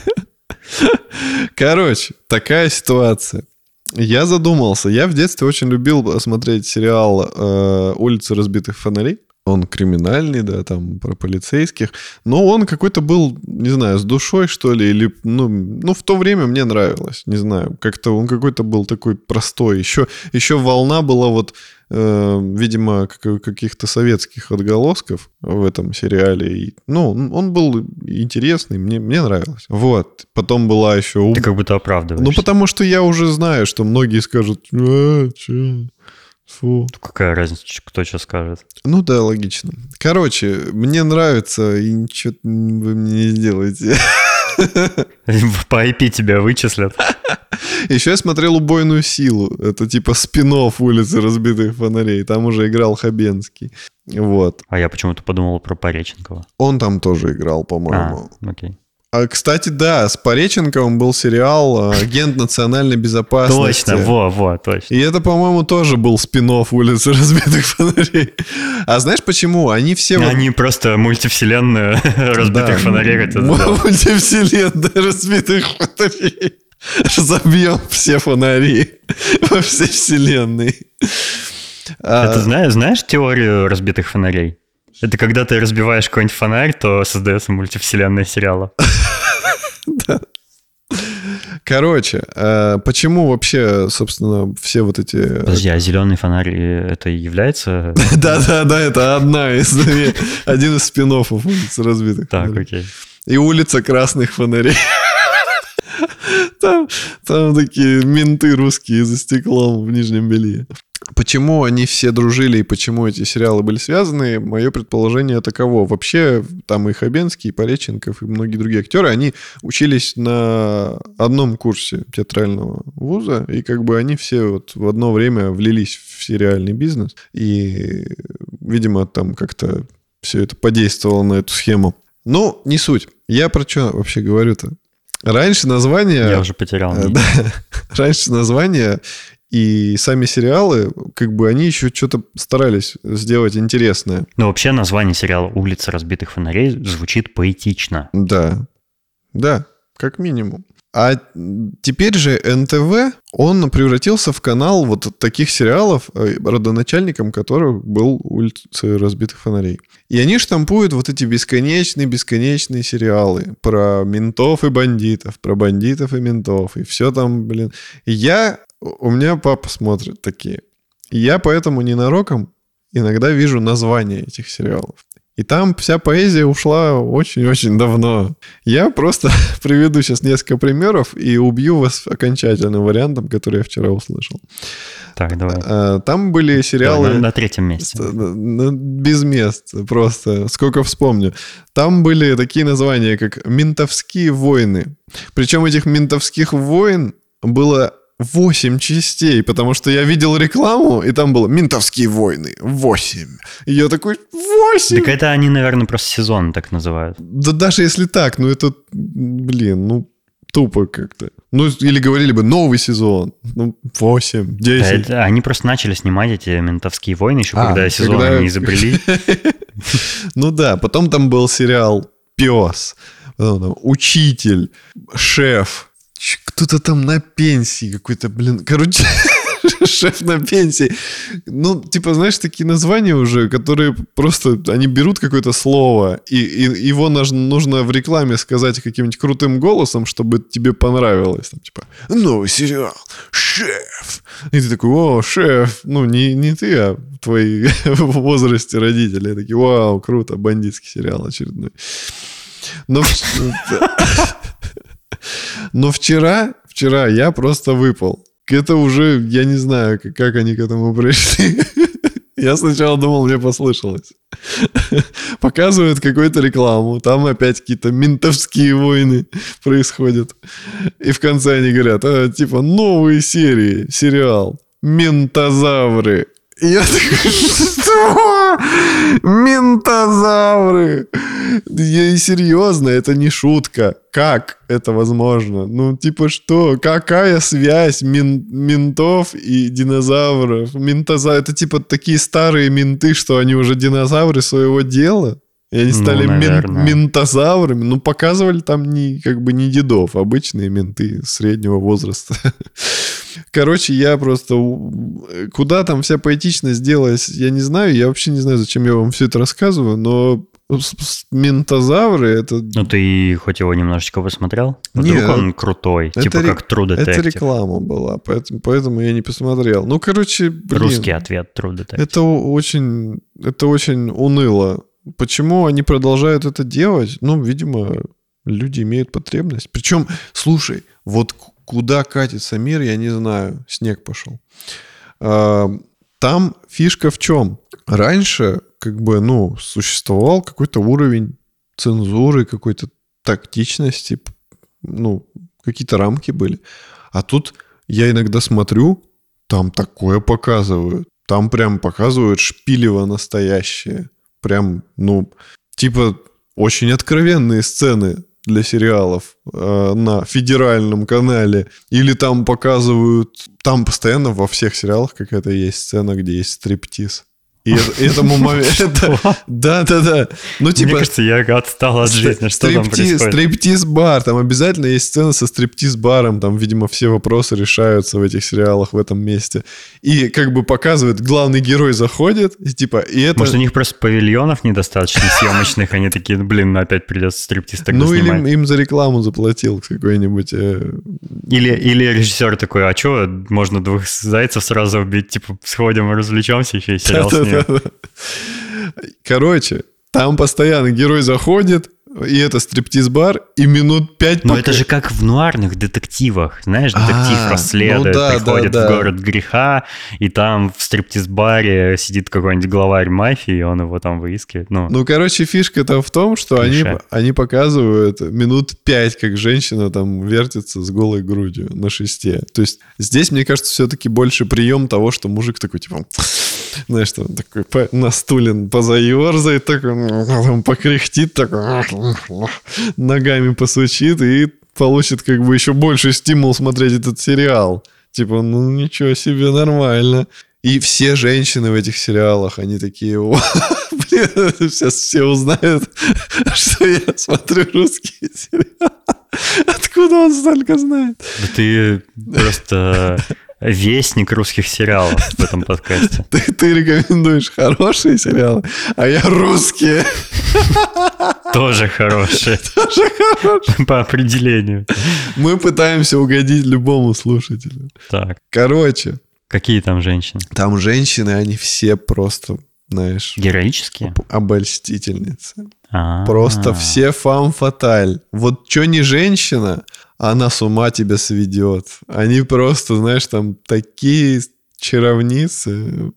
Короче, такая ситуация. Я задумался. Я в детстве очень любил смотреть сериал э, «Улицы разбитых фонарей». Он криминальный, да, там про полицейских. Но он какой-то был, не знаю, с душой, что ли, или... Ну, ну в то время мне нравилось, не знаю. Как-то он какой-то был такой простой. Еще, еще волна была вот, э, видимо, каких-то советских отголосков в этом сериале. И, ну, он был интересный, мне, мне нравилось. Вот. Потом была еще... Ты как будто оправдываешься. Ну, потому что я уже знаю, что многие скажут... А, че? Фу. Какая разница, кто что скажет? Ну да, логично. Короче, мне нравится, и ничего вы мне не сделаете. По ай пи тебя вычислят. Еще я смотрел «Убойную силу». Это типа спин-офф «Улицы разбитых фонарей». Там уже играл Хабенский. Вот. А я почему-то подумал про Пореченкова. Он там тоже играл, по-моему. А, окей. А, кстати, да, с Пореченковым был сериал «Агент национальной безопасности». Точно, во, во, точно. И это, по-моему, тоже был спин-офф «Улицы разбитых фонарей». А знаешь почему? Они все... Они вот... просто мультивселенную разбитых да, фонарей. Это мультивселенная разбитых фонарей. Разобьем все фонари во всей вселенной. А ты знаешь, знаешь теорию разбитых фонарей? Это когда ты разбиваешь какой-нибудь фонарь, то создается мультивселенная сериала. Да. Короче, почему вообще, собственно, все вот эти... Подожди, а зеленый фонарь это является... Да-да-да, это одна из... Один из спин-оффов улицы разбитых. Так, окей. И улица красных фонарей. Там, там такие менты русские за стеклом в нижнем белье. Почему они все дружили и почему эти сериалы были связаны, мое предположение таково. Вообще, там и Хабенский, и Пореченков, и многие другие актеры, они учились на одном курсе театрального вуза, и как бы они все вот в одно время влились в сериальный бизнес, и, видимо, там как-то все это подействовало на эту схему. Но не суть. Я про что вообще говорю-то? Раньше название... Я уже потерял. Да, раньше название и сами сериалы, как бы они еще что-то старались сделать интересное. Но вообще название сериала «Улица разбитых фонарей» звучит поэтично. Да, да, как минимум. А теперь же эн тэ вэ, он превратился в канал вот таких сериалов, родоначальником которых был «Улица разбитых фонарей». И они штампуют вот эти бесконечные-бесконечные сериалы про ментов и бандитов, про бандитов и ментов, и все там, блин. И я, у меня папа смотрит такие. И я поэтому ненароком иногда вижу названия этих сериалов. И там вся поэзия ушла очень-очень давно. Я просто приведу сейчас несколько примеров и убью вас окончательным вариантом, который я вчера услышал. Так, давай. Там были сериалы... Давай, на, на третьем месте. Без мест, просто. Сколько вспомню. Там были такие названия, как «Ментовские войны». Причем этих «Ментовских войн» было... Восемь частей, потому что я видел рекламу, и там было «Ментовские войны». Восемь. И я такой, восемь! Так это они, наверное, просто сезон так называют. Да даже если так, ну это, блин, ну тупо как-то. Ну или говорили бы «Новый сезон». Ну, восемь, десять. Да, это, они просто начали снимать эти «Ментовские войны» еще а, когда сезон когда... они изобрели. Ну да, потом там был сериал «Пес», «Учитель», «Шеф». Кто-то там на пенсии какой-то, блин, короче, шеф на пенсии. Ну, типа, знаешь, такие названия уже, которые просто, они берут какое-то слово, и, и его нужно, нужно в рекламе сказать каким-нибудь крутым голосом, чтобы тебе понравилось. Там, типа, новый сериал, шеф. И ты такой, о, шеф. Ну, не, не ты, а твои в возрасте родители. И такие, вау, круто, бандитский сериал очередной. Но... Но вчера, вчера я просто выпал. Это уже, я не знаю, как, как они к этому пришли. Я сначала думал, мне послышалось. Показывают какую-то рекламу. Там опять какие-то ментовские войны происходят. И в конце они говорят, а, типа, новые серии, сериал «Ментозавры». И я такой, что? Ментозавры! И серьезно, это не шутка. Как это возможно? Ну, типа что? Какая связь мен- ментов и динозавров? Ментозавры. Это типа такие старые менты, что они уже динозавры своего дела? И они стали ну, мен- ментозаврами. Ну, показывали там не, как бы не дедов, обычные менты среднего возраста. Короче, я просто... Куда там вся поэтичность делась, я не знаю. Я вообще не знаю, зачем я вам все это рассказываю, но ментозавры это... Ну, ты хоть его немножечко посмотрел? Вдруг Нет, он крутой, типа ре... как True Detective. Это реклама была, поэтому, поэтому я не посмотрел. Ну, короче, блин... Русский ответ True Detective. Это очень, это очень уныло. Почему они продолжают это делать? Ну, видимо, люди имеют потребность. Причем, слушай, вот куда катится мир, я не знаю. Снег пошел. Там фишка в чем? Раньше, как бы, ну, существовал какой-то уровень цензуры, какой-то тактичности, ну, какие-то рамки были. А тут я иногда смотрю, там такое показывают. Там прям показывают шпилево настоящее. Прям, ну, типа, очень откровенные сцены. для сериалов э, на федеральном канале, или там показывают... Там постоянно во всех сериалах какая-то есть сцена, где есть стриптиз. И этому моменту... Да-да-да. Ну, типа... Мне кажется, я отстал от жизни. Что там происходит? Стриптиз-бар. Там обязательно есть сцена со стриптиз-баром. Там, видимо, все вопросы решаются в этих сериалах в этом месте. И как бы показывают, главный герой заходит, и типа... И это... Может, у них просто павильонов недостаточно съемочных, они такие, блин, опять придется стриптиз тогда снимать. Ну, или им за рекламу заплатил какой-нибудь... Или, или режиссер такой, а что, можно двух зайцев сразу убить, типа, сходим и развлечемся, еще и сериал снимем. Короче, там постоянно герой заходит, и это стриптиз-бар, и минут пять... Но пока... это же как в нуарных детективах. Знаешь, детектив а, расследует, ну да, приходит да, да. в город греха, и там в стриптиз-баре сидит какой-нибудь главарь мафии, и он его там выискивает. Ну, ну короче, фишка-то в том, что они, они показывают минут пять, как женщина там вертится с голой грудью на шесте. То есть здесь, мне кажется, все-таки больше прием того, что мужик такой, типа... Знаешь, там такой по, на стуле позаерзает, такой, там покряхтит, такой, ногами посучит и получит как бы еще больше стимул смотреть этот сериал. Типа, ну ничего себе, нормально. И все женщины в этих сериалах, они такие, блин, сейчас все узнают, что я смотрю русские сериалы. Откуда он столько знает? Да ты просто... Вестник русских сериалов в этом подкасте. Ты, ты рекомендуешь хорошие сериалы, а я русские. Тоже хорошие. Тоже хорошие. По определению. Мы пытаемся угодить любому слушателю. Так. Короче. Какие там женщины? Там женщины, они все просто, знаешь... Героические? Обольстительницы. А-а-а. Просто все фам-фаталь. Вот что не женщина... Она с ума тебя сведет. Они просто, знаешь, там такие чаровницы.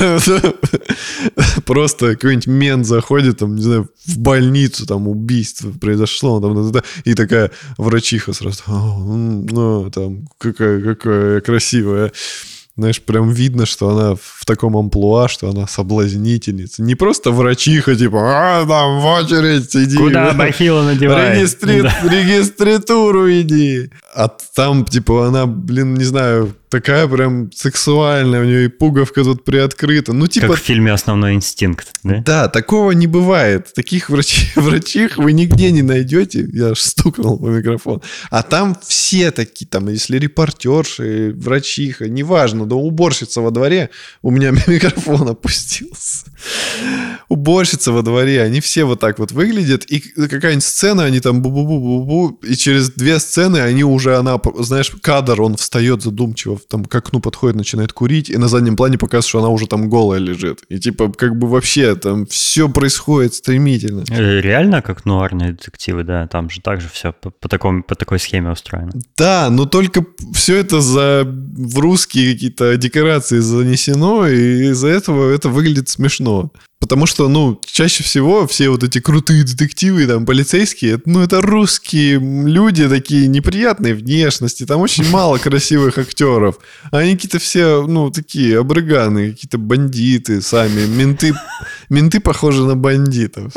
Просто какой-нибудь мент заходит, там, не знаю, в больницу, там убийство произошло, там, и такая врачиха сразу, ну, там, какая, какая красивая. Знаешь, прям видно, что она в таком амплуа, что она соблазнительница. Не просто врачиха, типа, а, там, в очередь иди. Куда бахилу надевай? Регистри... Да. Регистратуру иди. А там, типа, она, блин, не знаю, такая прям сексуальная, у нее и пуговка тут приоткрыта. Ну, типа... Как в фильме «Основной инстинкт», да? Да, такого не бывает. Таких врач... врачих вы нигде не найдете. Я аж стукнул по микрофону. А там все такие, там, если репортерши, врачиха, неважно, да уборщица во дворе, у меня микрофон опустился. Уборщица во дворе, они все вот так вот выглядят, и какая-нибудь сцена, они там бу-бу-бу-бу-бу, и через две сцены они уже, она, знаешь, кадр, он встает задумчиво, там к окну подходит, начинает курить, и на заднем плане показывает, что она уже там голая лежит. И типа, как бы вообще там все происходит стремительно. Реально как нуарные детективы, да, там же также все по, по, такому, по такой схеме устроено. Да, но только все это за в русские какие-то декорации занесено, и из-за этого это выглядит смешно. Потому что, ну, чаще всего все вот эти крутые детективы, там, полицейские, ну, это русские люди такие неприятные внешности, там очень мало красивых актеров. Они какие-то все, ну, такие обрыганы, какие-то бандиты сами, менты, менты похожи на бандитов.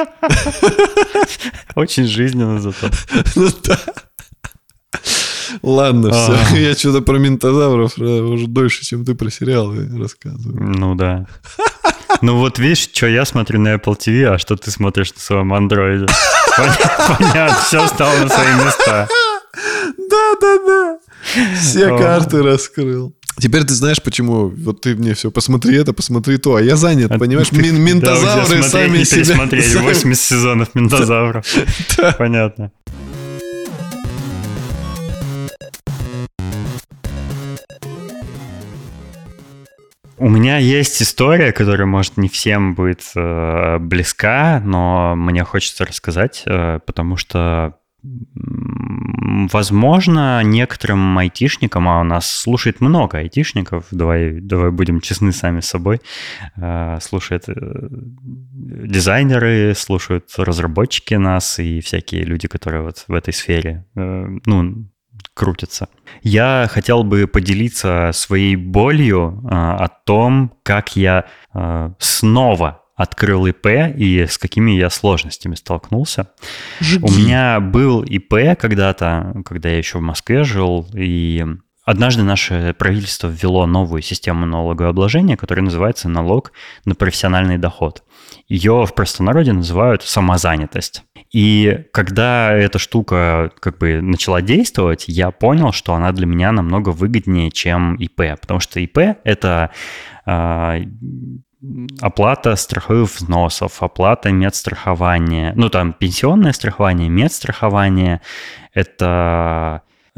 Очень жизненно зато. Ну, да. Ладно, все. Я что-то про ментозавров уже дольше, чем ты про сериалы рассказываю. Ну, да. Ну вот видишь, что я смотрю на Apple ти ви, а что ты смотришь на своем андроиде. Понятно, все стало на свои места. Да-да-да. Все карты раскрыл. Теперь ты знаешь, почему. Вот ты мне все, посмотри это, посмотри то. А я занят, а понимаешь? Ты, ментозавры да, сами не себя... пересмотреть восемьдесят сезонов ментозавров. Да. Понятно. У меня есть история, которая, может, не всем будет э, близка, но мне хочется рассказать, э, потому что, возможно, некоторым айтишникам, а у нас слушает много айтишников, давай, давай будем честны сами с собой, э, слушают э, дизайнеры, слушают разработчики нас и всякие люди, которые вот в этой сфере, э, ну, крутятся. Я хотел бы поделиться своей болью э, о том, как я э, снова открыл ИП и с какими я сложностями столкнулся. Жги. У меня был ИП когда-то, когда я еще в Москве жил, и однажды наше правительство ввело новую систему налогообложения, которая называется налог на профессиональный доход. Ее в простонародье называют самозанятость. И когда эта штука как бы начала действовать, я понял, что она для меня намного выгоднее, чем ИП. Потому что ИП – это э, оплата страховых взносов, оплата медстрахования, ну там пенсионное страхование, медстрахование – это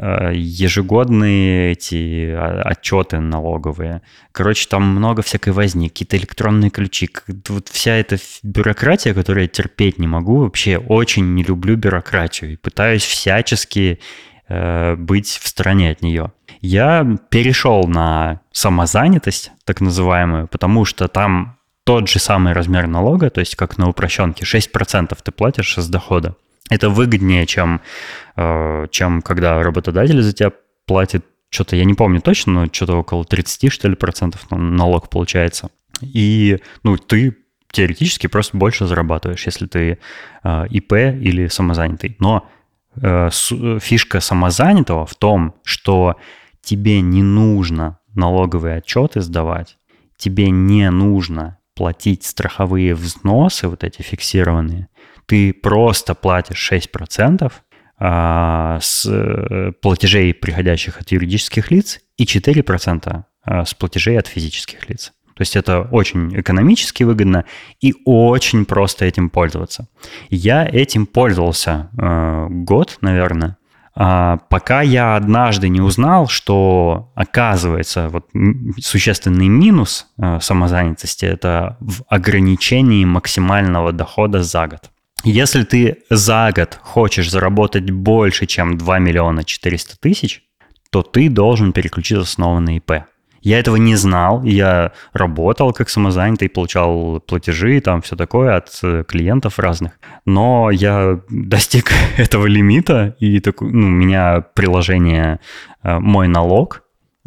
ежегодные эти отчеты налоговые. Короче, там много всякой возни, какие-то электронные ключи. Вот вся эта бюрократия, которую я терпеть не могу, вообще очень не люблю бюрократию и пытаюсь всячески э, быть в стороне от нее. Я перешел на самозанятость, так называемую, потому что там тот же самый размер налога, то есть как на упрощенке, шесть процентов ты платишь с дохода. Это выгоднее, чем, чем когда работодатель за тебя платит что-то, я не помню точно, но что-то около тридцать, что ли, процентов налог получается. И ну, ты теоретически просто больше зарабатываешь, если ты ИП или самозанятый. Но фишка самозанятого в том, что тебе не нужно налоговые отчеты сдавать, тебе не нужно платить страховые взносы, вот эти фиксированные, ты просто платишь шесть процентов а, с платежей, приходящих от юридических лиц, и четыре процента а, с платежей от физических лиц. То есть это очень экономически выгодно и очень просто этим пользоваться. Я этим пользовался а, год, наверное, а, пока я однажды не узнал, что, оказывается, вот существенный минус а, самозанятости – это в ограничении максимального дохода за год. Если ты за год хочешь заработать больше, чем два миллиона четыреста тысяч, то ты должен переключиться снова на ИП. Я этого не знал, я работал как самозанятый, получал платежи, там все такое от клиентов разных. Но я достиг этого лимита, и такой, ну, у меня приложение «Мой налог»,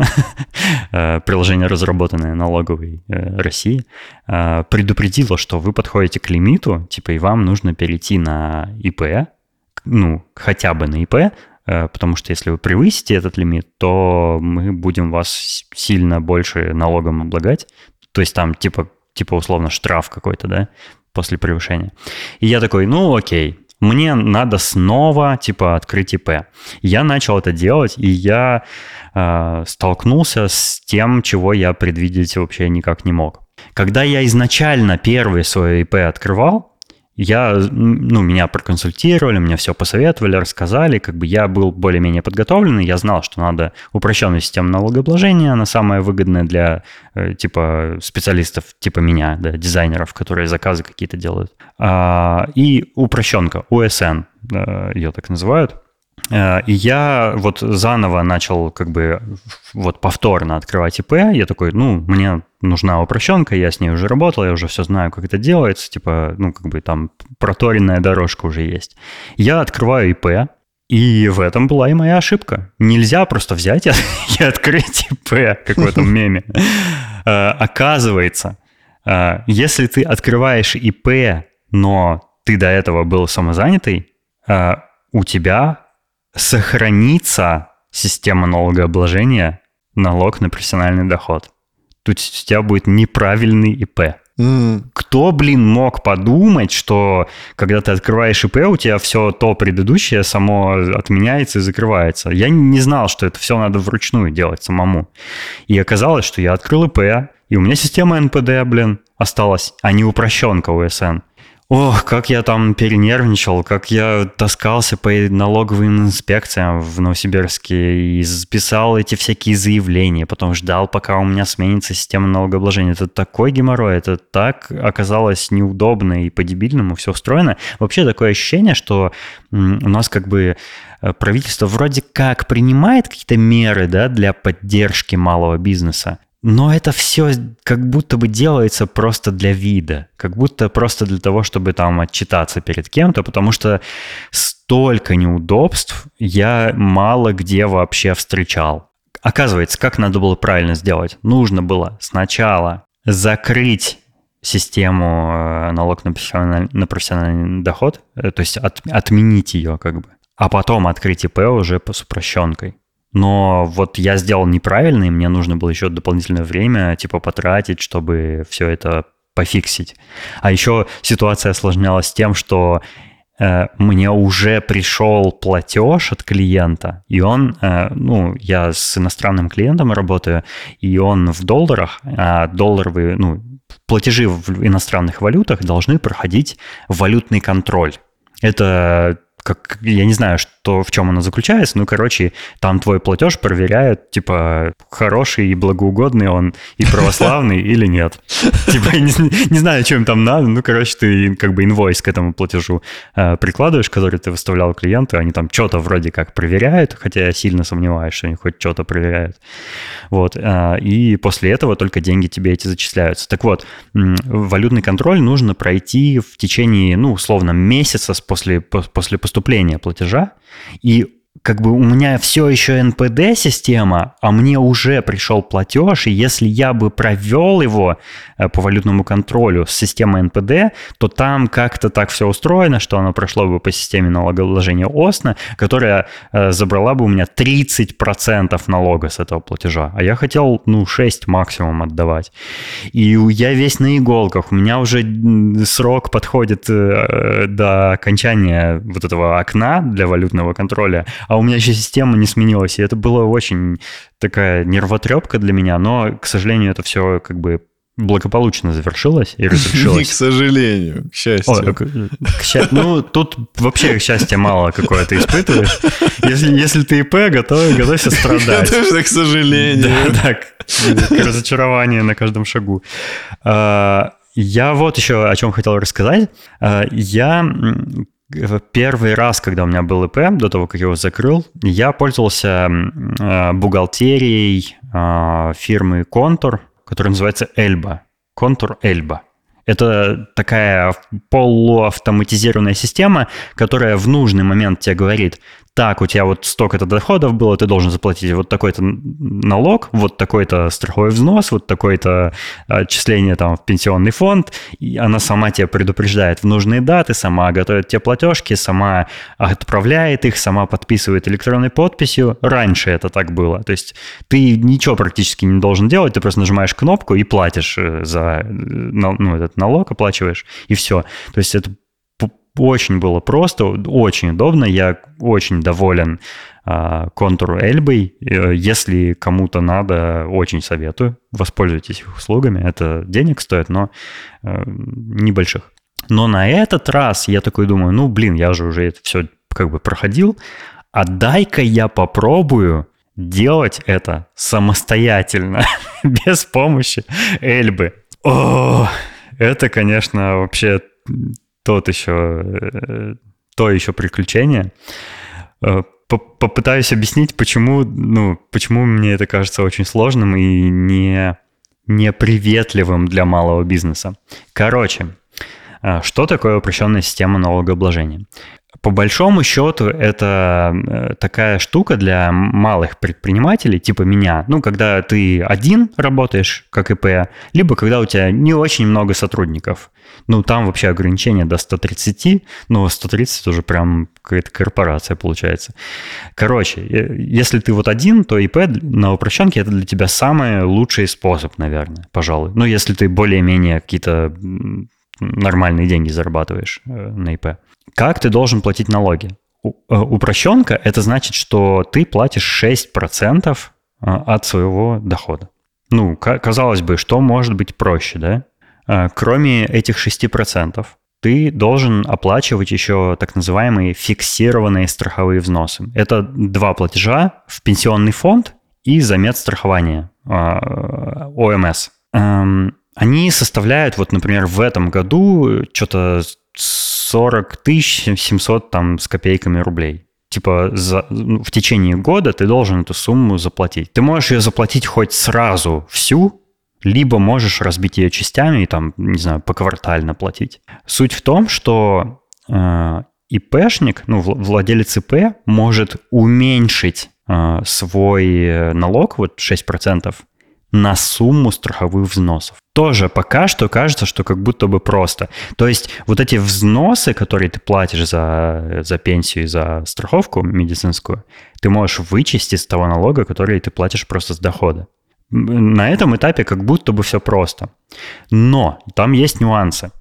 приложение, разработанное налоговой России, предупредило, что вы подходите к лимиту, типа, и вам нужно перейти на ИП, ну, хотя бы на ИП, потому что если вы превысите этот лимит, то мы будем вас сильно больше налогом облагать, то есть там типа, типа условно штраф какой-то, да, после превышения. И я такой, ну окей, мне надо снова, типа, открыть ИП. Я начал это делать, и я э, столкнулся с тем, чего я предвидеть вообще никак не мог. Когда я изначально первый свой ИП открывал, я, ну, меня проконсультировали, мне все посоветовали, рассказали, как бы я был более-менее подготовленный, я знал, что надо упрощенную систему налогообложения, она самая выгодная для, э, типа, специалистов типа меня, да, дизайнеров, которые заказы какие-то делают. А, и упрощенка, ю эс эн, э, ее так называют. И я вот заново начал как бы вот повторно открывать ИП. Я такой, ну, мне нужна упрощенка, я с ней уже работал, я уже все знаю, как это делается. Типа, ну, как бы там проторенная дорожка уже есть. Я открываю ИП, и в этом была и моя ошибка. Нельзя просто взять и открыть ИП, как в этом меме. Оказывается, если ты открываешь ИП, но ты до этого был самозанятый, у тебя сохранится система налогообложения, налог на профессиональный доход. Тут у тебя будет неправильный ИП. Mm. Кто, блин, мог подумать, что когда ты открываешь ИП, у тебя все то предыдущее само отменяется и закрывается. Я не знал, что это все надо вручную делать самому. И оказалось, что я открыл ИП, и у меня система эн пэ дэ, блин, осталась, а не упрощенка ю эс эн. Ох, как я там перенервничал, как я таскался по налоговым инспекциям в Новосибирске и записал эти всякие заявления, потом ждал, пока у меня сменится система налогообложения. Это такой геморрой, это так оказалось неудобно и по-дебильному все устроено. Вообще такое ощущение, что у нас как бы правительство вроде как принимает какие-то меры, да, для поддержки малого бизнеса, но это все как будто бы делается просто для вида, как будто просто для того, чтобы там отчитаться перед кем-то, потому что столько неудобств я мало где вообще встречал. Оказывается, как надо было правильно сделать? Нужно было сначала закрыть систему налог на профессиональный, на профессиональный доход, то есть от, отменить ее как бы, а потом открыть ИП уже с упрощенкой. Но вот я сделал неправильно, и мне нужно было еще дополнительное время типа потратить, чтобы все это пофиксить. А еще ситуация осложнялась тем, что э, мне уже пришел платеж от клиента, и он, э, ну, я с иностранным клиентом работаю, и он в долларах, а долларовые, ну, платежи в иностранных валютах должны проходить валютный контроль. Это как, я не знаю, что, в чем оно заключается, ну, короче, там твой платеж проверяют, типа, хороший и благоугодный он и православный или нет. Типа, не, не знаю, что им там надо, ну, короче, ты как бы инвойс к этому платежу э, прикладываешь, который ты выставлял клиенту, они там что-то вроде как проверяют, хотя я сильно сомневаюсь, что они хоть что-то проверяют. Вот, э, и после этого только деньги тебе эти зачисляются. Так вот, э, валютный контроль нужно пройти в течение, ну, условно, месяца после, после поступления платежа, и как бы у меня все еще эн пэ дэ-система, а мне уже пришел платеж, и если я бы провел его по валютному контролю с системой эн пэ дэ, то там как-то так все устроено, что оно прошло бы по системе налогообложения ОСНА, которая забрала бы у меня тридцать процентов налога с этого платежа, а я хотел, ну, шесть максимум отдавать. И я весь на иголках, у меня уже срок подходит до окончания вот этого окна для валютного контроля, а у меня еще система не сменилась, и это была очень такая нервотрепка для меня, но, к сожалению, это все как бы благополучно завершилось и разрешилось. Не к сожалению, к счастью. О, к, к счастью. Ну, тут вообще счастья мало какое ты испытываешь. Если, если ты ИП, готов, готовься страдать. Это же к сожалению. Да, да, к разочарованию на каждом шагу. Я вот еще о чем хотел рассказать. Я... Первый раз, когда у меня был ИП, до того, как я его закрыл, я пользовался э, бухгалтерией э, фирмы Контур, которая называется Эльба. Контур Эльба. Это такая полуавтоматизированная система, которая в нужный момент тебе говорит: так, у тебя вот столько-то доходов было, ты должен заплатить вот такой-то налог, вот такой-то страховой взнос, вот такое-то отчисление там в пенсионный фонд, и она сама тебя предупреждает в нужные даты, сама готовит тебе платежки, сама отправляет их, сама подписывает электронной подписью. Раньше это так было, то есть ты ничего практически не должен делать, ты просто нажимаешь кнопку и платишь за, ну, этот налог, оплачиваешь, и все. То есть это очень было просто, очень удобно. Я очень доволен Контур Эльбой. Если кому-то надо, очень советую. Воспользуйтесь их услугами. Это денег стоит, но небольших. Но на этот раз я такой думаю, ну, блин, я же уже это все как бы проходил, а дай-ка я попробую делать это самостоятельно, без помощи Эльбы. О, это, конечно, вообще... Тот еще, то еще приключение. Попытаюсь объяснить, почему, ну, почему мне это кажется очень сложным и не, неприветливым для малого бизнеса. Короче, что такое упрощенная система налогообложения? По большому счету, это такая штука для малых предпринимателей, типа меня. Ну, когда ты один работаешь, как ИП, либо когда у тебя не очень много сотрудников. Ну, там вообще ограничение до ста тридцати, но сто тридцать уже прям какая-то корпорация получается. Короче, если ты вот один, то ИП на упрощенке это для тебя самый лучший способ, наверное, пожалуй. Ну, если ты более-менее какие-то нормальные деньги зарабатываешь на ИП. Как ты должен платить налоги? Упрощенка – это значит, что ты платишь шесть процентов от своего дохода. Ну, казалось бы, что может быть проще, да? Кроме этих шести процентов, ты должен оплачивать еще так называемые фиксированные страховые взносы. Это два платежа в пенсионный фонд и за медстрахование, о эм эс. Они составляют, вот, например, в этом году что-то сорок тысяч семьсот там с копейками рублей. Типа за, ну, в течение года ты должен эту сумму заплатить. Ты можешь ее заплатить хоть сразу всю, либо можешь разбить ее частями и там, не знаю, поквартально платить. Суть в том, что э, ИПшник, ну, владелец ИП может уменьшить э, свой налог, вот шесть процентов, на сумму страховых взносов. Тоже пока что кажется, что как будто бы просто. То есть вот эти взносы, которые ты платишь за, за пенсию и за страховку медицинскую, ты можешь вычесть из того налога, который ты платишь просто с дохода. На этом этапе как будто бы все просто. Но там есть нюансы.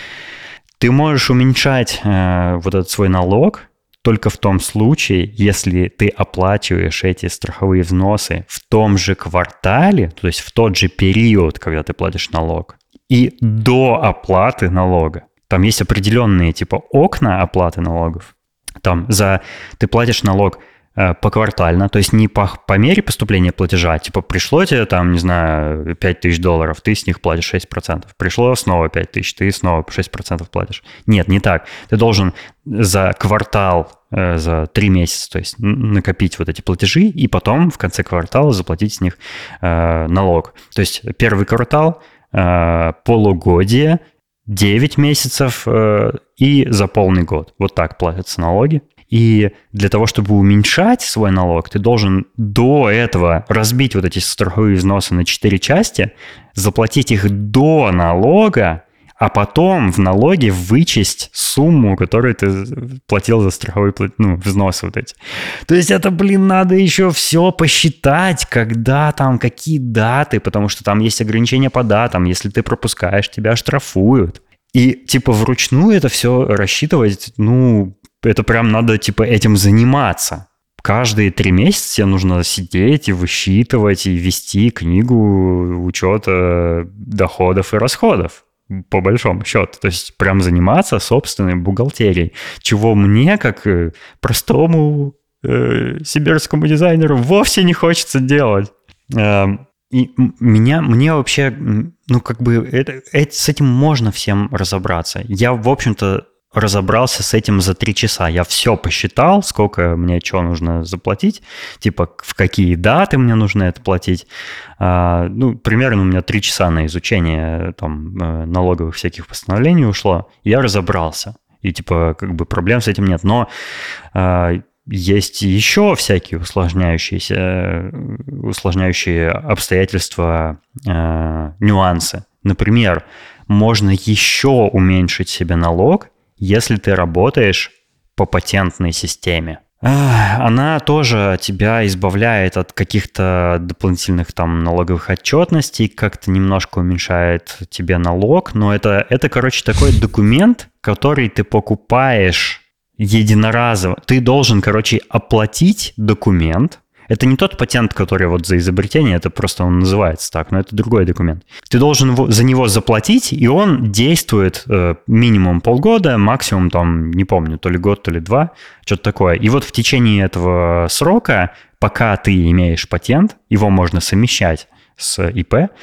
Ты можешь уменьшать э, вот этот свой налог только в том случае, если ты оплачиваешь эти страховые взносы в том же квартале, то есть в тот же период, когда ты платишь налог, и до оплаты налога. Там есть определенные типа окна оплаты налогов. Там за ты платишь налог э, поквартально, то есть не по, по мере поступления платежа. Типа пришло тебе там, не знаю, пять тысяч долларов, ты с них платишь шесть процентов. Пришло снова пять тысяч, ты снова шесть процентов платишь. Нет, не так. Ты должен за квартал, э, за три месяца, то есть накопить вот эти платежи и потом в конце квартала заплатить с них э, налог. То есть первый квартал, э, полугодие, девять месяцев э, и за полный год. Вот так платятся налоги. И для того, чтобы уменьшать свой налог, ты должен до этого разбить вот эти страховые взносы на четыре части, заплатить их до налога, а потом в налоге вычесть сумму, которую ты платил за страховые ну, взносы вот эти. То есть это, блин, надо еще все посчитать, когда там, какие даты, потому что там есть ограничения по датам, если ты пропускаешь, тебя штрафуют. И типа вручную это все рассчитывать, ну, это прям надо типа этим заниматься. Каждые три месяца тебе нужно сидеть и высчитывать, и вести книгу учета доходов и расходов. По большому счету. То есть прям заниматься собственной бухгалтерией. Чего мне, как простому э, сибирскому дизайнеру, вовсе не хочется делать. Э, и меня, мне вообще, ну как бы, это, это, с этим можно всем разобраться. Я, в общем-то, разобрался с этим за три часа. Я все посчитал, сколько мне чего нужно заплатить, типа в какие даты мне нужно это платить. А, ну, примерно у меня три часа на изучение там, налоговых всяких постановлений ушло. Я разобрался. И типа как бы проблем с этим нет. Но а, есть еще всякие усложняющиеся, усложняющие обстоятельства, а, нюансы. Например, можно еще уменьшить себе налог, если ты работаешь по патентной системе. Она тоже тебя избавляет от каких-то дополнительных там налоговых отчетностей, как-то немножко уменьшает тебе налог, но это, это, короче, такой документ, который ты покупаешь единоразово. Ты должен, короче, оплатить документ. Это не тот патент, который вот за изобретение, это просто он называется так, но это другой документ. Ты должен за него заплатить, и он действует э, минимум полгода, максимум там, не помню, то ли год, то ли два, что-то такое. И вот в течение этого срока, пока ты имеешь патент, его можно совмещать с ИП э,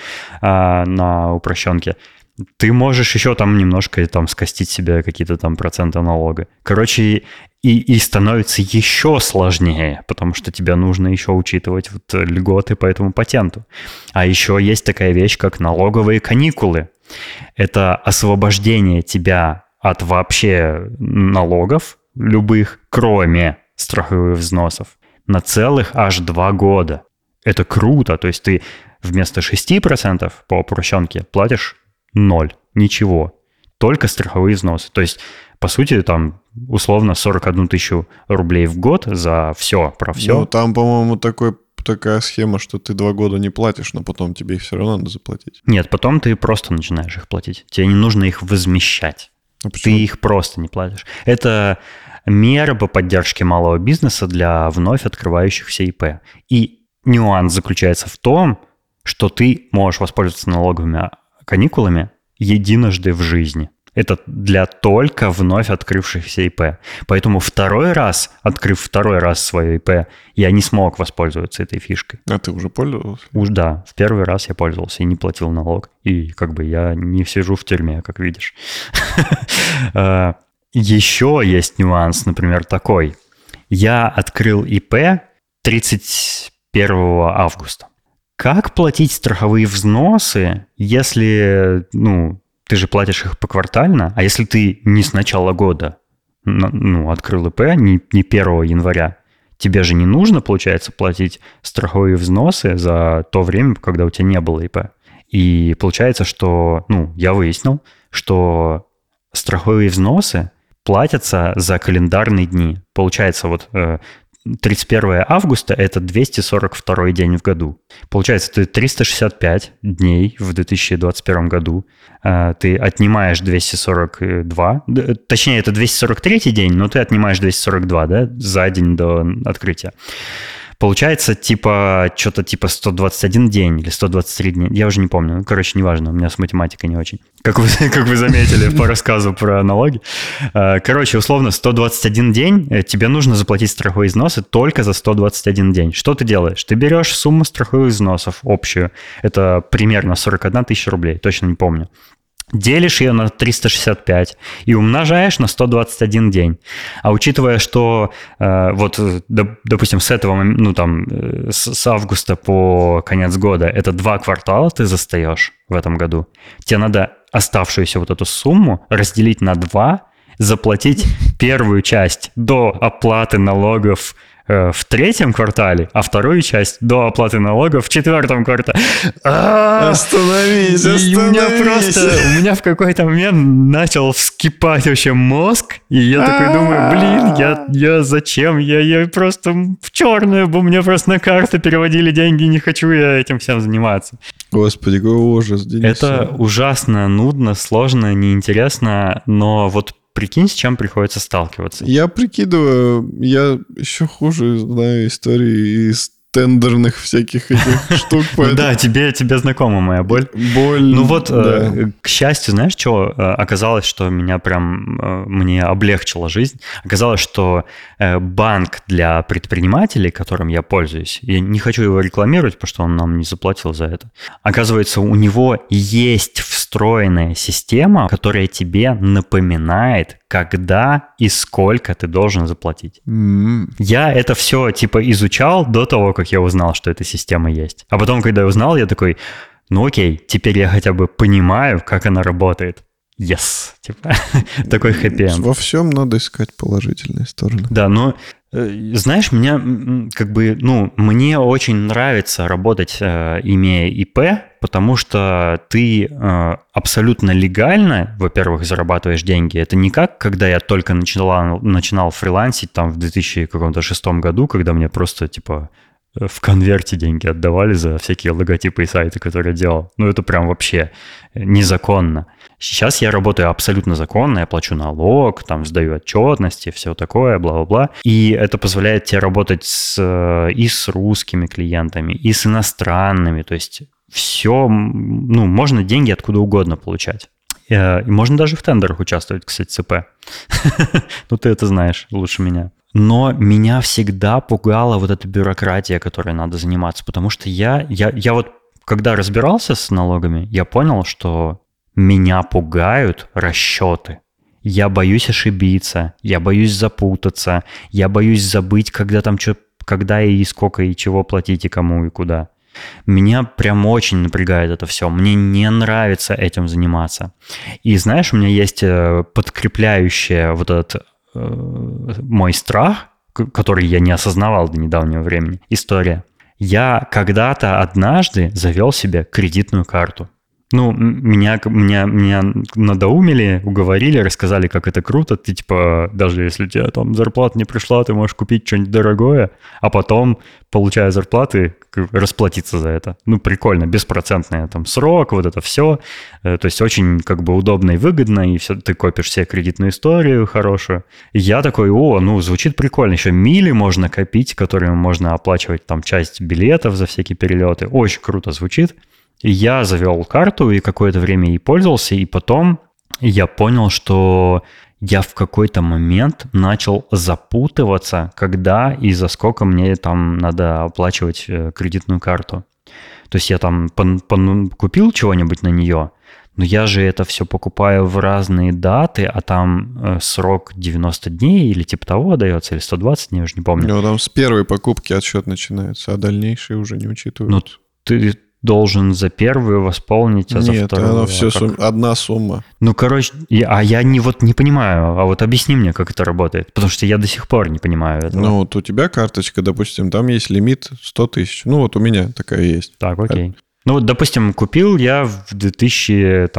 на упрощенке, ты можешь еще там немножко там скостить себе какие-то там проценты налога. Короче, и, и становится еще сложнее, потому что тебе нужно еще учитывать вот льготы по этому патенту. А еще есть такая вещь, как налоговые каникулы. Это освобождение тебя от вообще налогов любых, кроме страховых взносов, на целых аж два года. Это круто. То есть ты вместо шести процентов по упрощенке платишь ноль, ничего, только страховые взносы. То есть, по сути, там условно сорок одну тысячу рублей в год за все, про все. Ну, там, по-моему, такой, такая схема, что ты два года не платишь, но потом тебе их все равно надо заплатить. Нет, потом ты просто начинаешь их платить. Тебе не нужно их возмещать. А почему? Ты их просто не платишь. Это мера по поддержке малого бизнеса для вновь открывающихся ИП. И нюанс заключается в том, что ты можешь воспользоваться налоговыми каникулами единожды в жизни. Это для только вновь открывшихся ИП. Поэтому второй раз, открыв второй раз свое ИП, я не смог воспользоваться этой фишкой. А ты уже пользовался? Уж да, в первый раз я пользовался и не платил налог. И как бы я не сижу в тюрьме, как видишь. Еще есть нюанс, например, такой. Я открыл ИП тридцать первого августа. Как платить страховые взносы, если, ну, ты же платишь их поквартально, а если ты не с начала года, ну, открыл ИП, не, не первого января, тебе же не нужно, получается, платить страховые взносы за то время, когда у тебя не было ИП. И получается, что, ну, я выяснил, что страховые взносы платятся за календарные дни. Получается, вот тридцать первого августа – это двести сорок второй день в году. Получается, ты триста шестьдесят пять дней в две тысячи двадцать первом году, ты отнимаешь двести сорок два, точнее, это двести сорок третий день, но ты отнимаешь двести сорок два, да, за день до открытия. Получается, типа, что-то типа сто двадцать один день или сто двадцать три дня. Я уже не помню. Ну, короче, неважно, у меня с математикой не очень. Как вы, как вы заметили по рассказу про налоги. Короче, условно, сто двадцать один день тебе нужно заплатить страховые взносы только за сто двадцать один день. Что ты делаешь? Ты берешь сумму страховых взносов общую. Это примерно сорок одна тысяча рублей, точно не помню. Делишь ее на триста шестьдесят пять и умножаешь на сто двадцать один день. А учитывая, что э, вот, допустим, с этого, ну там, с, с августа по конец года это два квартала ты застаешь в этом году, тебе надо оставшуюся вот эту сумму разделить на два, заплатить первую часть до оплаты налогов в третьем квартале, а вторую часть до оплаты налогов в четвертом квартале. Остановись, остановись. И у меня просто, у меня в какой-то момент начал вскипать вообще мозг, и я такой думаю, блин, я, я зачем? Я, я просто в черную, бы мне просто на карту переводили деньги, не хочу я этим всем заниматься. Господи, какой ужас, Денис. Это ужасно нудно, сложно, неинтересно, но вот прикинь, с чем приходится сталкиваться. Я прикидываю, я еще хуже знаю истории из тендерных всяких этих штук. Да, тебе знакома моя боль. Боль, Ну вот, к счастью, знаешь, что оказалось, что меня прям, мне облегчила жизнь? Оказалось, что банк для предпринимателей, которым я пользуюсь, я не хочу его рекламировать, потому что он нам не заплатил за это. Оказывается, у него есть встроенная система, которая тебе напоминает, когда и сколько ты должен заплатить. Mm-hmm. Я это все типа изучал до того, как я узнал, что эта система есть. А потом, когда я узнал, я такой, ну окей, теперь я хотя бы понимаю, как она работает. Yes. Типа, такой хэппи-энд. Во всем надо искать положительные стороны. Да, но знаешь, меня как бы, ну, мне очень нравится работать, э, имея ИП, потому что ты э, абсолютно легально, во-первых, зарабатываешь деньги. Это не как, когда я только начинал, начинал фрилансить там в две тысячи шестом году, когда мне просто, типа, в конверте деньги отдавали за всякие логотипы и сайты, которые я делал. Ну, это прям вообще незаконно. Сейчас я работаю абсолютно законно, я плачу налог, там, сдаю отчетности, все такое, бла-бла-бла. И это позволяет тебе работать с, и с русскими клиентами, и с иностранными. То есть все, ну, можно деньги откуда угодно получать. И можно даже в тендерах участвовать, кстати, ЦП. Ну, ты это знаешь лучше меня. Но меня всегда пугала вот эта бюрократия, которой надо заниматься, потому что я, я, я вот, когда разбирался с налогами, я понял, что меня пугают расчеты. Я боюсь ошибиться, я боюсь запутаться, я боюсь забыть, когда там что, когда и сколько и чего платить, и кому, и куда. Меня прям очень напрягает это все. Мне не нравится этим заниматься. И знаешь, у меня есть подкрепляющее вот этот мой страх, который я не осознавал до недавнего времени, история. Я когда-то однажды завел себе кредитную карту. Ну, меня, меня, меня надоумили, уговорили, рассказали, как это круто. Ты, типа, даже если у тебя там зарплата не пришла, ты можешь купить что-нибудь дорогое, а потом, получая зарплаты, расплатиться за это. Ну, прикольно, беспроцентный там срок, вот это все. То есть очень как бы удобно и выгодно, и все, ты копишь себе кредитную историю хорошую. И я такой, о, ну, звучит прикольно. Еще мили можно копить, которыми можно оплачивать там часть билетов за всякие перелеты. Очень круто звучит. И я завел карту и какое-то время ей пользовался, и потом я понял, что я в какой-то момент начал запутываться, когда и за сколько мне там надо оплачивать кредитную карту. То есть я там пон- пон- купил чего-нибудь на нее, но я же это все покупаю в разные даты, а там срок девяносто дней или типа того дается, или сто двадцать дней, уже не помню. Ну, там с первой покупки отсчет начинается, а дальнейшие уже не учитывают. Ну, ты... должен за первую восполнить, а за Нет, вторую... оно а все как? сум... одна сумма. Ну, короче, я, а я не, вот не понимаю, а вот объясни мне, как это работает, потому что я до сих пор не понимаю этого. Ну, вот у тебя карточка, допустим, там есть лимит сто тысяч. Ну, вот у меня такая есть. Так, окей. Ну, вот, допустим, купил я в две тысячи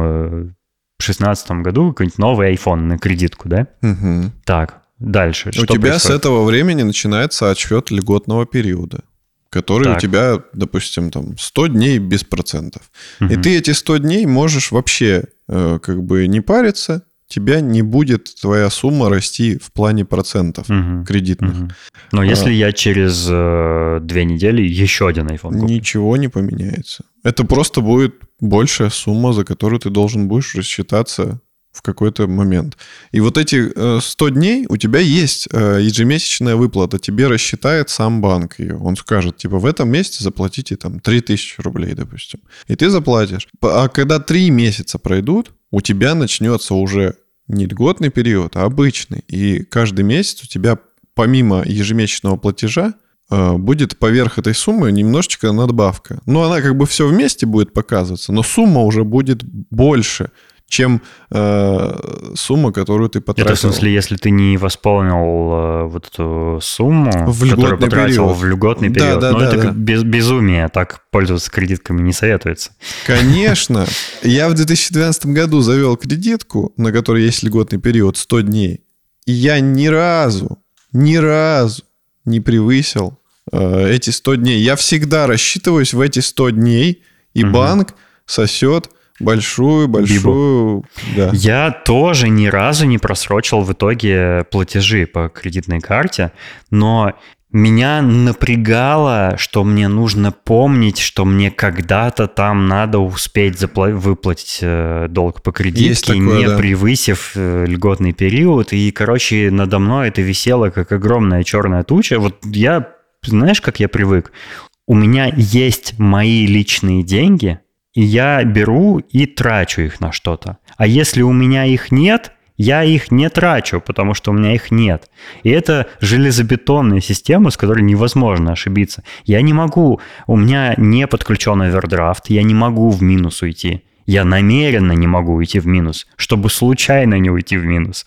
шестнадцатом году какой-нибудь новый iPhone на кредитку, да? Угу. Так, дальше. У что тебя происходит? с этого времени начинается отсчет льготного периода, который Так. у тебя, допустим, там сто дней без процентов. Мгм. И ты эти сто дней можешь вообще э, как бы не париться, тебя не будет твоя сумма расти в плане процентов Мгм. кредитных. Мгм. Но если я через э, две недели еще один iPhone куплю? Ничего не поменяется. Это просто будет большая сумма, за которую ты должен будешь рассчитаться в какой-то момент. И вот эти э, сто дней у тебя есть э, ежемесячная выплата. Тебе рассчитает сам банк ее. Он скажет, типа, в этом месяце заплатите там три тысячи рублей, допустим. И ты заплатишь. А когда три месяца пройдут, у тебя начнется уже не льготный период, а обычный. И каждый месяц у тебя помимо ежемесячного платежа э, будет поверх этой суммы немножечко надбавка. Но она как бы все вместе будет показываться, но сумма уже будет больше, чем э, сумма, которую ты потратил. Это в смысле, если ты не восполнил э, вот эту сумму, В которую льготный потратил период. в льготный Да, период, да, но да, это да. как без- безумие, так пользоваться кредитками не советуется. Конечно. Я в две тысячи двенадцатом году завел кредитку, на которой есть льготный период сто дней. И я ни разу, ни разу не превысил э, эти сто дней. Я всегда рассчитываюсь в эти сто дней, и Мгм. банк сосет большую-большую... Да. Я тоже ни разу не просрочил в итоге платежи по кредитной карте, но меня напрягало, что мне нужно помнить, что мне когда-то там надо успеть запла- выплатить э, долг по кредитке, Есть такое, не да. превысив э, льготный период. И, короче, надо мной это висело как огромная черная туча. Вот я, знаешь, как я привык? У меня есть мои личные деньги, и я беру и трачу их на что-то. А если у меня их нет, я их не трачу, потому что у меня их нет. И это железобетонная система, с которой невозможно ошибиться. Я не могу, у меня не подключен овердрафт, я не могу в минус уйти. Я намеренно не могу уйти в минус, чтобы случайно не уйти в минус.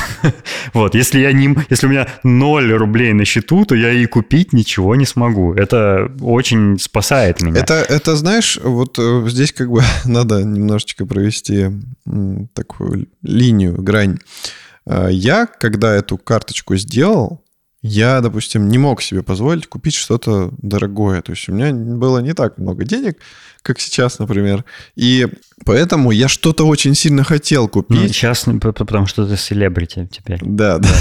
Вот, если, я не, если у меня ноль рублей на счету, то я и купить ничего не смогу. Это очень спасает меня. Это, это, знаешь, вот э, здесь как бы надо немножечко провести м, такую линию, грань. Э, Я, когда эту карточку сделал, я, допустим, не мог себе позволить купить что-то дорогое. То есть у меня было не так много денег, как сейчас, например. И поэтому я что-то очень сильно хотел Ну, купить. сейчас, п- потому что ты селебрити теперь. Да, да.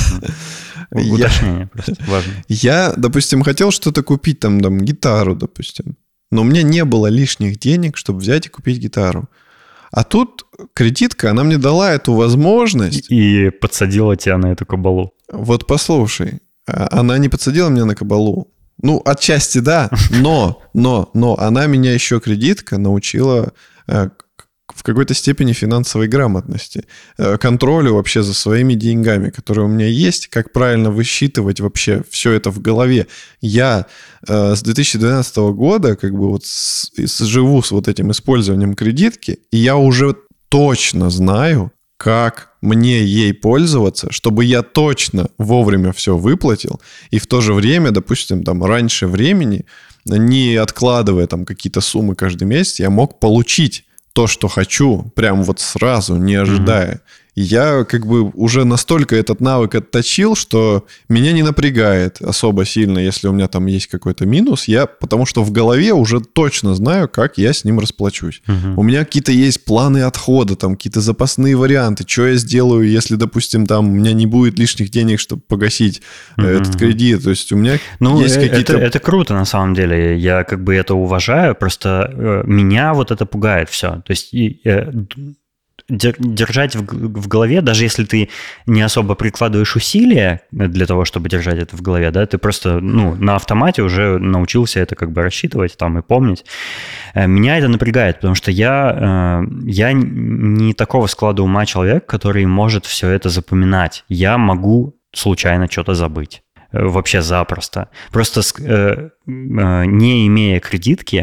Я- Уточнение просто важно. Я, допустим, хотел что-то купить, там, там, гитару, допустим. Но у меня не было лишних денег, чтобы взять и купить гитару. А тут кредитка, она мне дала эту возможность. И подсадила тебя на эту кабалу. Вот послушай, а, она не подсадила меня на кабалу. Ну, отчасти да, но, но, но она меня еще, кредитка, научила э, к- в какой-то степени финансовой грамотности, э, контролю вообще за своими деньгами, которые у меня есть, как правильно высчитывать вообще все это в голове. Я э, с две тысячи двенадцатого года как бы вот с- с- живу с вот этим использованием кредитки, и я уже точно знаю, как мне ей пользоваться, чтобы я точно вовремя все выплатил, и в то же время, допустим, там раньше времени, не откладывая там какие-то суммы каждый месяц, я мог получить то, что хочу, прям вот сразу, не ожидая. И я как бы уже настолько этот навык отточил, что меня не напрягает особо сильно, если у меня там есть какой-то минус, я, потому что в голове уже точно знаю, как я с ним расплачусь. Мгм. У меня какие-то есть планы отхода, там какие-то запасные варианты, что я сделаю, если, допустим, там у меня не будет лишних денег, чтобы погасить э, Мгм. этот кредит. То есть у меня Ну, есть э, какие-то... это, это круто, на самом деле. Я как бы это уважаю, просто э, меня вот это пугает все. То есть и, э, д- дер- держать в, г- в голове, даже если ты не особо прикладываешь усилия для того, чтобы держать это в голове, да, ты просто, ну, на автомате уже научился это как бы рассчитывать там и помнить. Э, Меня это напрягает, потому что я, э, я н- не такого склада ума человек, который может все это запоминать. Я могу случайно что-то забыть. Э, Вообще запросто. Просто с- э, э, не имея кредитки,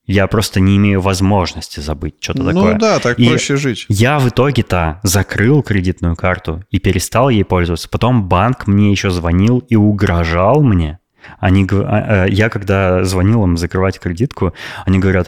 Я просто не имею возможности забыть что-то ну, такое. Ну да, так и проще жить. Я в итоге-то закрыл кредитную карту и перестал ей пользоваться. Потом банк мне еще звонил и угрожал мне. Они, я когда звонил им закрывать кредитку, они говорят...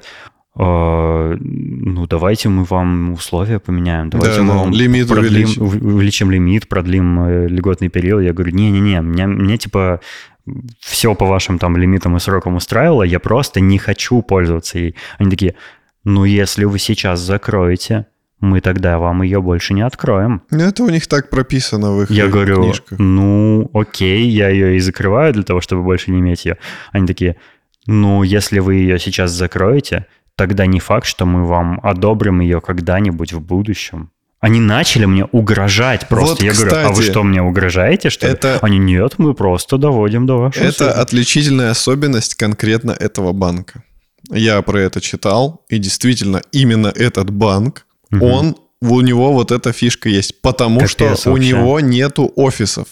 Ну, давайте мы вам условия поменяем, давайте да, мы да, вам лимит продлим, увеличим. увеличим лимит, продлим льготный период. Я говорю, не-не-не, меня, мне типа все по вашим там лимитам и срокам устраивало, я просто не хочу пользоваться ей. Они такие, ну, если вы сейчас закроете, мы тогда вам ее больше не откроем. Это у них так прописано в их Я говорю, книжках. Ну, окей, я ее и закрываю для того, чтобы больше не иметь ее. Они такие, ну, если вы ее сейчас закроете, тогда не факт, что мы вам одобрим ее когда-нибудь в будущем. Они начали мне угрожать просто. Вот, Я кстати, говорю, а вы что, мне угрожаете, что это, ли? Они, нет, мы просто доводим до вашего Это суда. Отличительная особенность конкретно этого банка. Я про это читал, и действительно, именно этот банк, угу. он, у него вот эта фишка есть, потому Капец что вообще. У него нету офисов.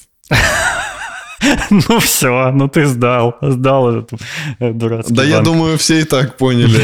Ну все, ну ты сдал, сдал этот дурацкий Да банк. Я думаю, все и так поняли.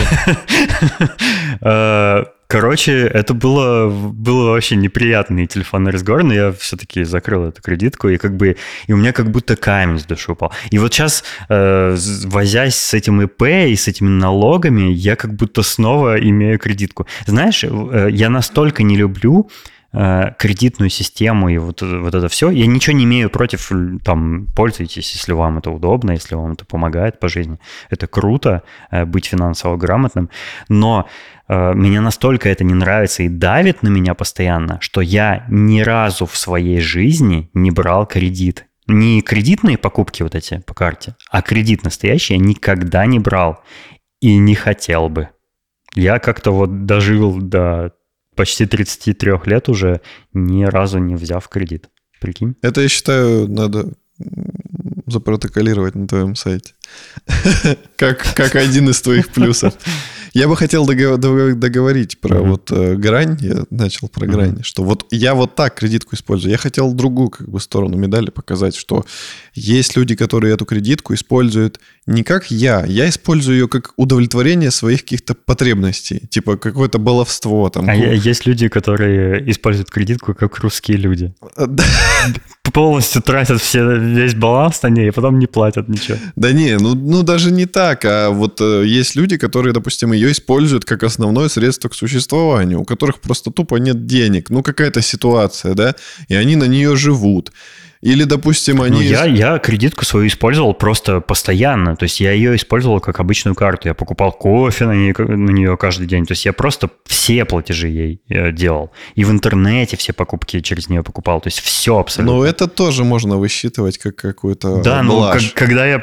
Короче, это было, было очень неприятный телефонный разговор, но я все-таки закрыл эту кредитку, и как бы и у меня как будто камень с души упал. И вот сейчас, э, возясь с этим ИП и с этими налогами, я как будто снова имею кредитку. Знаешь, э, я настолько не люблю кредитную систему и вот, вот это все. Я ничего не имею против, там, пользуйтесь, если вам это удобно, если вам это помогает по жизни. Это круто, быть финансово грамотным. Но э, мне настолько это не нравится и давит на меня постоянно, что я ни разу в своей жизни не брал кредит. Не кредитные покупки вот эти по карте, а кредит настоящий я никогда не брал и не хотел бы. Я как-то вот дожил до... почти тридцать три лет уже, ни разу не взяв кредит. Прикинь? Это, я считаю, надо запротоколировать на твоем сайте. как, как один из твоих плюсов. Я бы хотел договорить про mm-hmm. вот э, грань, я начал про mm-hmm. грань, что вот я вот так кредитку использую. Я хотел другую как бы сторону медали показать, что есть люди, которые эту кредитку используют не как я, я использую ее как удовлетворение своих каких-то потребностей, типа какое-то баловство. Там. А есть люди, которые используют кредитку как русские люди. Полностью тратят все, весь баланс на ней, и потом не платят ничего. Да не, ну, ну даже не так, а вот э, есть люди, которые, допустим, ее используют как основное средство к существованию, у которых просто тупо нет денег, ну какая-то ситуация, да, и они на нее живут. Или, допустим, они... Ну, я, я кредитку свою использовал просто постоянно. То есть я ее использовал как обычную карту. Я покупал кофе на нее, на нее каждый день. То есть я просто все платежи ей делал. И в интернете все покупки через нее покупал. То есть все абсолютно. Но это тоже можно высчитывать как какую-то Да, блажь. Ну, когда я...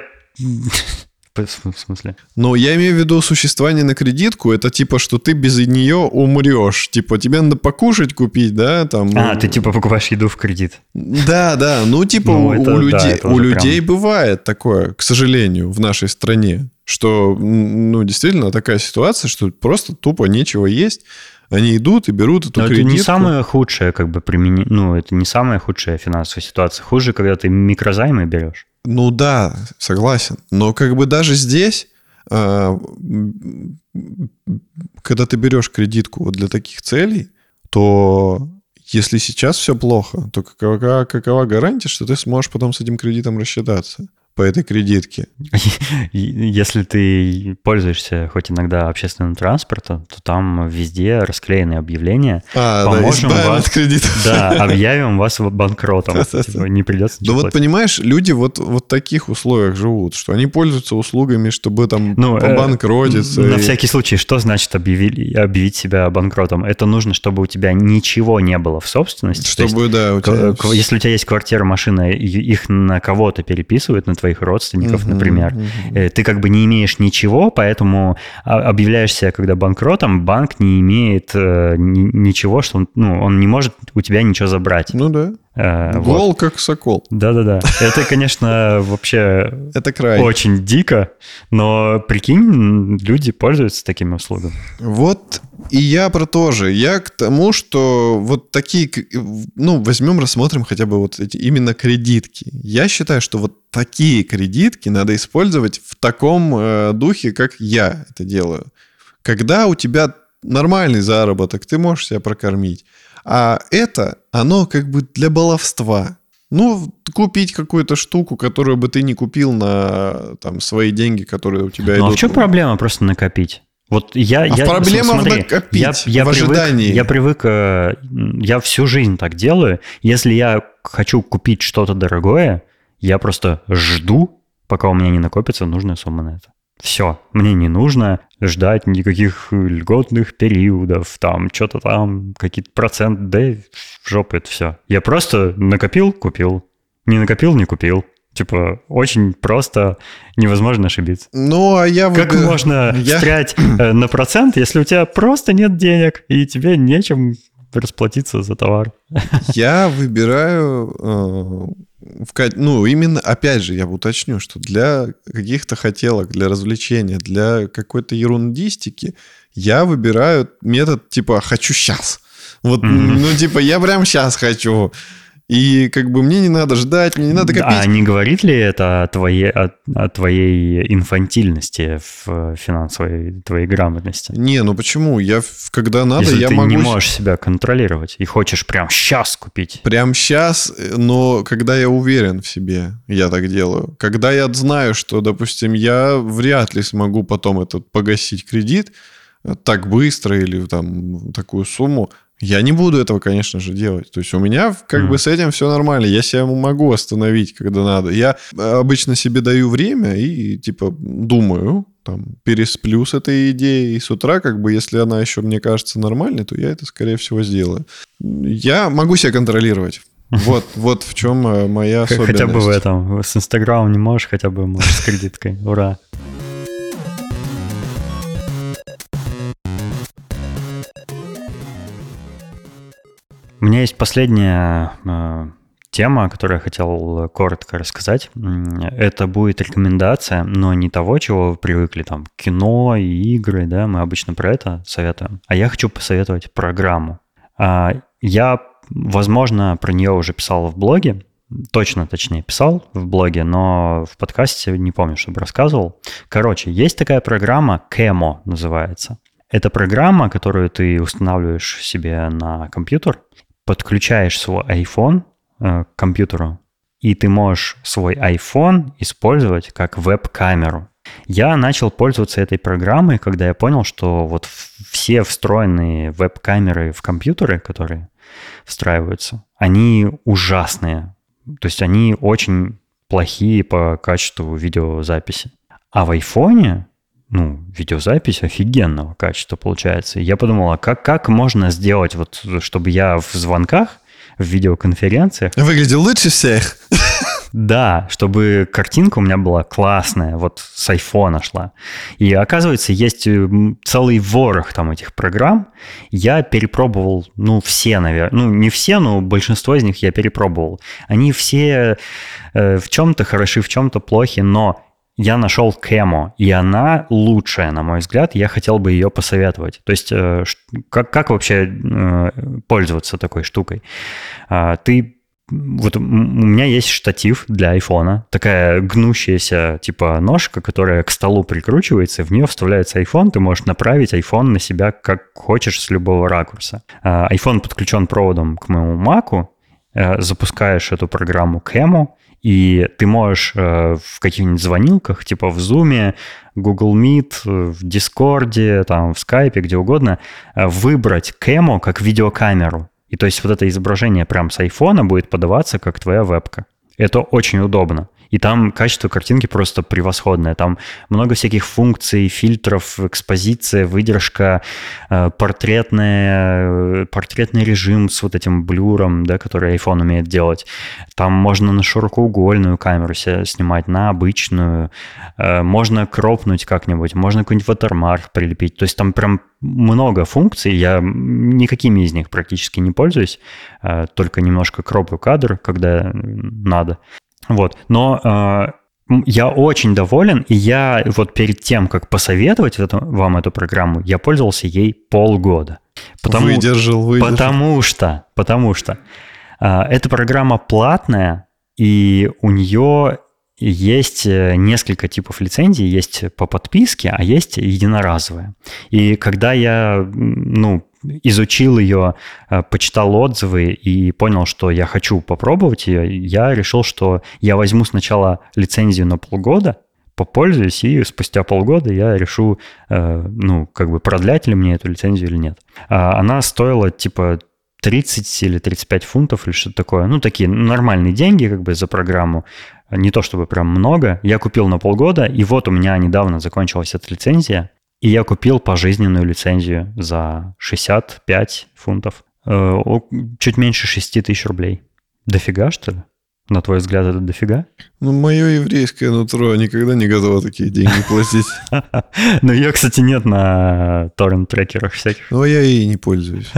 В смысле? Ну, я имею в виду существование на кредитку. Это типа, что ты без нее умрешь. Типа, тебе надо покушать купить, да? Там... А, ты типа покупаешь еду в кредит. Да, да. Ну, типа, ну, у, это, у, людей, да, у людей прям... бывает такое, к сожалению, в нашей стране. Что, ну, действительно такая ситуация, что просто тупо нечего есть. Они идут и берут эту Но кредитку. Это не самая худшая, как бы, применение... Ну, это не самая худшая финансовая ситуация. Хуже, когда ты микрозаймы берешь. Ну да, согласен. Но как бы даже здесь, когда ты берешь кредитку вот для таких целей, то если сейчас все плохо, то какова, какова гарантия, что ты сможешь потом с этим кредитом рассчитаться по этой кредитке? Если ты пользуешься хоть иногда общественным транспортом, то там везде расклеены объявления. А, Поможем да, вас, от кредитов. Да, объявим вас банкротом. Типа, не придется ничего Ну вот платить. понимаешь, люди вот в вот таких условиях живут, что они пользуются услугами, чтобы там ну, побанкротиться. Э, на и... всякий случай, что значит объявили, объявить себя банкротом? Это нужно, чтобы у тебя ничего не было в собственности. Чтобы, есть, да, у тебя... Если у тебя есть квартира, машина, их на кого-то переписывают, на твоих родственников, uh-huh, например. Uh-huh. Ты как бы не имеешь ничего, поэтому объявляешь себя когда банкротом, банк не имеет э, ничего, что он, ну, он не может у тебя ничего забрать. Ну да. Э, Гол вот. как сокол. Да-да-да. Это, конечно, вообще Это край. Очень дико, но прикинь, люди пользуются такими услугами. Вот и я про то же. Я к тому, что вот такие, ну, возьмем, рассмотрим хотя бы вот эти именно кредитки. Я считаю, что вот такие кредитки надо использовать в таком э, духе, как я это делаю. когда у тебя нормальный заработок, ты можешь себя прокормить. А это, оно как бы для баловства. Ну, купить какую-то штуку, которую бы ты не купил на там, свои деньги, которые у тебя ну, идут. А в чем проблема просто накопить? Вот я, а я, проблема смотри, в накопить, я, я в привык, ожидании. Я привык, я всю жизнь так делаю. Если я хочу купить что-то дорогое, я просто жду, пока у меня не накопится нужная сумма на это. Все, мне не нужно ждать никаких льготных периодов, там, что-то там, какие-то проценты, да в жопу это все. Я просто накопил, купил, не накопил, не купил. Типа, очень просто, невозможно ошибиться. Ну, а я... Как выб... можно я... встрять на процент, если у тебя просто нет денег, и тебе нечем расплатиться за товар? Я выбираю... Э, в, ну, именно, опять же, я уточню, что для каких-то хотелок, для развлечения, для какой-то ерундистики я выбираю метод типа «хочу сейчас». Вот, mm-hmm. ну, типа, я прям сейчас хочу. И как бы мне не надо ждать, мне не надо копить. А не говорит ли это о твоей, о, о твоей инфантильности в финансовой твоей грамотности? Не, ну почему? Я, когда надо, Если я ты могу... не можешь себя контролировать и хочешь прям сейчас купить. Прям сейчас, но когда я уверен в себе, я так делаю. Когда я знаю, что, допустим, я вряд ли смогу потом этот погасить кредит так быстро или там такую сумму, я не буду этого, конечно же, делать. То есть у меня как mm. бы с этим все нормально. Я себя могу остановить, когда надо. Я обычно себе даю время и типа думаю, там, пересплю с этой идеей. И с утра, как бы, если она еще мне кажется нормальной, то я это, скорее всего, сделаю. Я могу себя контролировать. Вот, вот в чем моя особенность. Хотя бы в этом. С Инстаграмом не можешь, хотя бы можешь с кредиткой. Ура! У меня есть последняя э, тема, которую я хотел коротко рассказать. Это будет рекомендация, но не того, чего вы привыкли, там, кино и игры, да, мы обычно про это советуем. А я хочу посоветовать программу. А, я, возможно, про нее уже писал в блоге, точно, точнее, писал в блоге, но в подкасте не помню, чтобы рассказывал. Короче, есть такая программа, Camo называется. Это программа, которую ты устанавливаешь себе на компьютер, подключаешь свой iPhone э, к компьютеру, и ты можешь свой iPhone использовать как веб-камеру. Я начал пользоваться этой программой, когда я понял, что вот все встроенные веб-камеры в компьютеры, которые встраиваются, они ужасные. То есть они очень плохие по качеству видеозаписи. А в iPhone... ну, видеозапись офигенного качества получается. И я подумал, а как, как можно сделать, вот, чтобы я в звонках, в видеоконференциях... Выглядел лучше всех. Да, чтобы картинка у меня была классная, вот с айфона шла. И оказывается, есть целый ворох там этих программ. Я перепробовал, ну, все, наверное. Ну, не все, но большинство из них я перепробовал. Они все э, в чем-то хороши, в чем-то плохи, но... я нашел Camo, и она лучшая, на мой взгляд. Я хотел бы ее посоветовать. То есть, э, как, как вообще э, пользоваться такой штукой? Э, ты, вот у меня есть штатив для айфона, такая гнущаяся типа ножка, которая к столу прикручивается, в нее вставляется iPhone, ты можешь направить iPhone на себя как хочешь с любого ракурса. Э, iPhone подключен проводом к моему Mac'у, э, запускаешь эту программу Camo, и ты можешь э, в каких-нибудь звонилках, типа в Zoom, Google Meet, в Discord, там, в Skype, где угодно, э, выбрать Camo как видеокамеру. И то есть вот это изображение прям с айфона будет подаваться как твоя вебка. Это очень удобно. И там качество картинки просто превосходное. Там много всяких функций, фильтров, экспозиция, выдержка, э, портретная, портретный режим с вот этим блюром, да, который iPhone умеет делать. Там можно на широкоугольную камеру себя снимать, на обычную. Э, можно кропнуть как-нибудь, можно какой-нибудь watermark прилепить. То есть там прям много функций. Я никакими из них практически не пользуюсь. Э, только немножко кроплю кадр, когда надо. Вот, но э, я очень доволен, и я вот перед тем, как посоветовать эту, вам эту программу, я пользовался ей полгода. Потому, выдержал, выдержал. Потому что, потому что э, эта программа платная, и у нее есть несколько типов лицензий. Есть по подписке, а есть единоразовая. И когда я, ну, изучил ее, почитал отзывы и понял, что я хочу попробовать ее, я решил, что я возьму сначала лицензию на полгода, попользуюсь, и спустя полгода я решу, ну, как бы продлять ли мне эту лицензию или нет. Она стоила, типа, тридцать или тридцать пять фунтов или что-то такое. Ну, такие нормальные деньги, как бы, за программу. Не то чтобы прям много. Я купил на полгода, и вот у меня недавно закончилась эта лицензия, и я купил пожизненную лицензию за шестьдесят пять фунтов. Чуть меньше шесть тысяч рублей. Дофига, что ли? На твой взгляд, это дофига? Ну, мое еврейское нутро никогда не готово такие деньги платить. Но ее, кстати, нет на торрент-трекерах всяких. Ну, я ей не пользуюсь.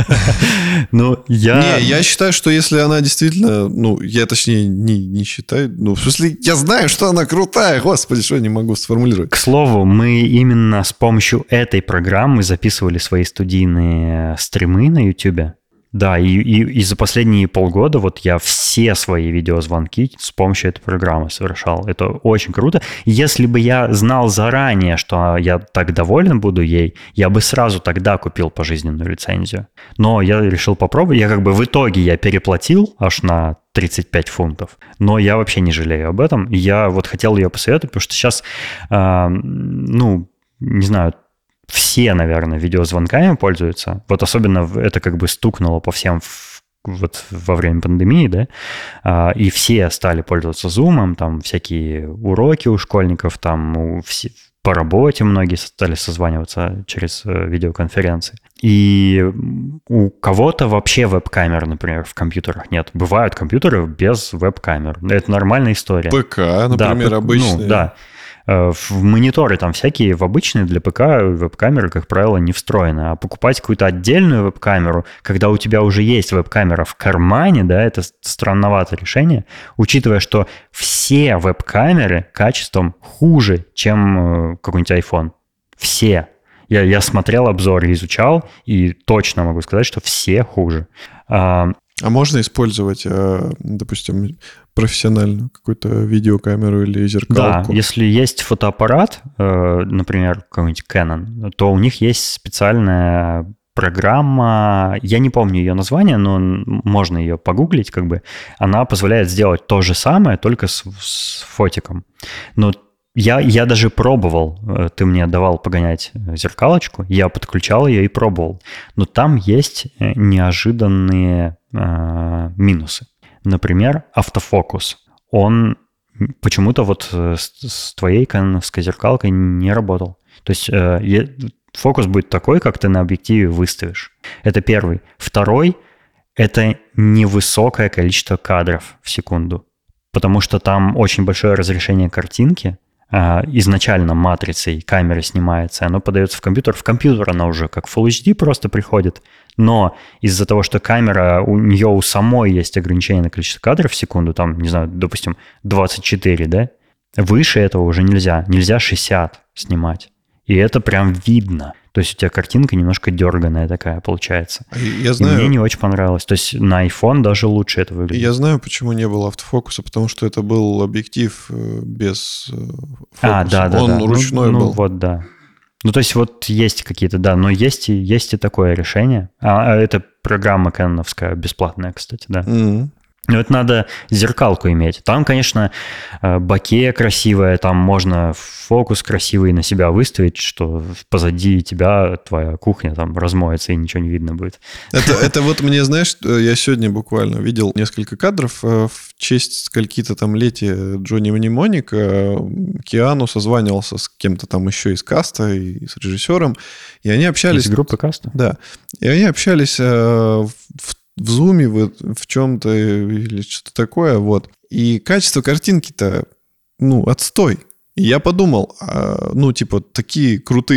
Ну, я... Не, я считаю, что если она действительно... Ну, я, точнее, не, не считаю... Ну, в смысле, я знаю, что она крутая. Господи, что я не могу сформулировать. К слову, мы именно с помощью этой программы записывали свои студийные стримы на YouTube. Да, и, и, и за последние полгода вот я все свои видеозвонки с помощью этой программы совершал. Это очень круто. Если бы я знал заранее, что я так доволен буду ей, я бы сразу тогда купил пожизненную лицензию. Но я решил попробовать. Я как бы в итоге я переплатил аж на тридцать пять фунтов. Но я вообще не жалею об этом. И я вот хотел ее посоветовать, потому что сейчас, э, ну, не знаю, все, наверное, видеозвонками пользуются. Вот особенно это как бы стукнуло по всем в, вот во время пандемии, да, и все стали пользоваться Zoom, там всякие уроки у школьников, там у все, по работе многие стали созваниваться через видеоконференции. И у кого-то вообще веб-камер, например, в компьютерах нет. Бывают компьютеры без веб-камер. Это нормальная история. ПК, например, да, обычные. Ну, да. В мониторы там всякие, в обычные для ПК веб-камеры, как правило, не встроены. А покупать какую-то отдельную веб-камеру, когда у тебя уже есть веб-камера в кармане, да, это странноватое решение, учитывая, что все веб-камеры качеством хуже, чем какой-нибудь iPhone. Все. Я, я смотрел обзоры, изучал, и точно могу сказать, что все хуже. А можно использовать, допустим, профессиональную какую-то видеокамеру или зеркалку? Да, если есть фотоаппарат, например, какой-нибудь Canon, то у них есть специальная программа, я не помню ее название, но можно ее погуглить, как бы. Она позволяет сделать то же самое, только с, с фотиком. Но Я, я даже пробовал, ты мне давал погонять зеркалочку, я подключал ее и пробовал. Но там есть неожиданные э, минусы. Например, автофокус. Он почему-то вот с, с твоей каноновской зеркалкой не работал. То есть э, фокус будет такой, как ты на объективе выставишь. Это первый. Второй – это невысокое количество кадров в секунду. Потому что там очень большое разрешение картинки. Изначально матрицей камеры снимается, оно подается в компьютер. В компьютер она уже как Full эйч ди просто приходит. Но из-за того, что камера, у нее у самой есть ограничение на количество кадров в секунду, там, не знаю, допустим, двадцать четыре, да? Выше этого уже нельзя. Нельзя шестьдесят снимать. И это прям видно. То есть у тебя картинка немножко дерганая такая получается. Я знаю, и мне не очень понравилось. То есть на iPhone даже лучше это выглядит. Я знаю, почему не было автофокуса, потому что это был объектив без фокуса. А, да, да, Он да. ручной ну, был. Ну, вот, да. Ну, то есть вот есть какие-то, да, но есть и, есть и такое решение. А, а это программа кэноновская, бесплатная, кстати, да. Mm-hmm. Но это надо зеркалку иметь. Там, конечно, бокeh красивая, там можно фокус красивый на себя выставить, что позади тебя твоя кухня там размоется и ничего не видно будет. Это, это вот мне, знаешь, я сегодня буквально видел несколько кадров в честь скольки-то там летия Джонни Мнемоника. Киану созванивался с кем-то там еще из каста и с режиссером, и они общались... Из группы каста? Да. И они общались в в зуме, в, в чем-то или что-то такое, вот. И качество картинки-то, ну, отстой. И я подумал, а, ну, типа, такие крутые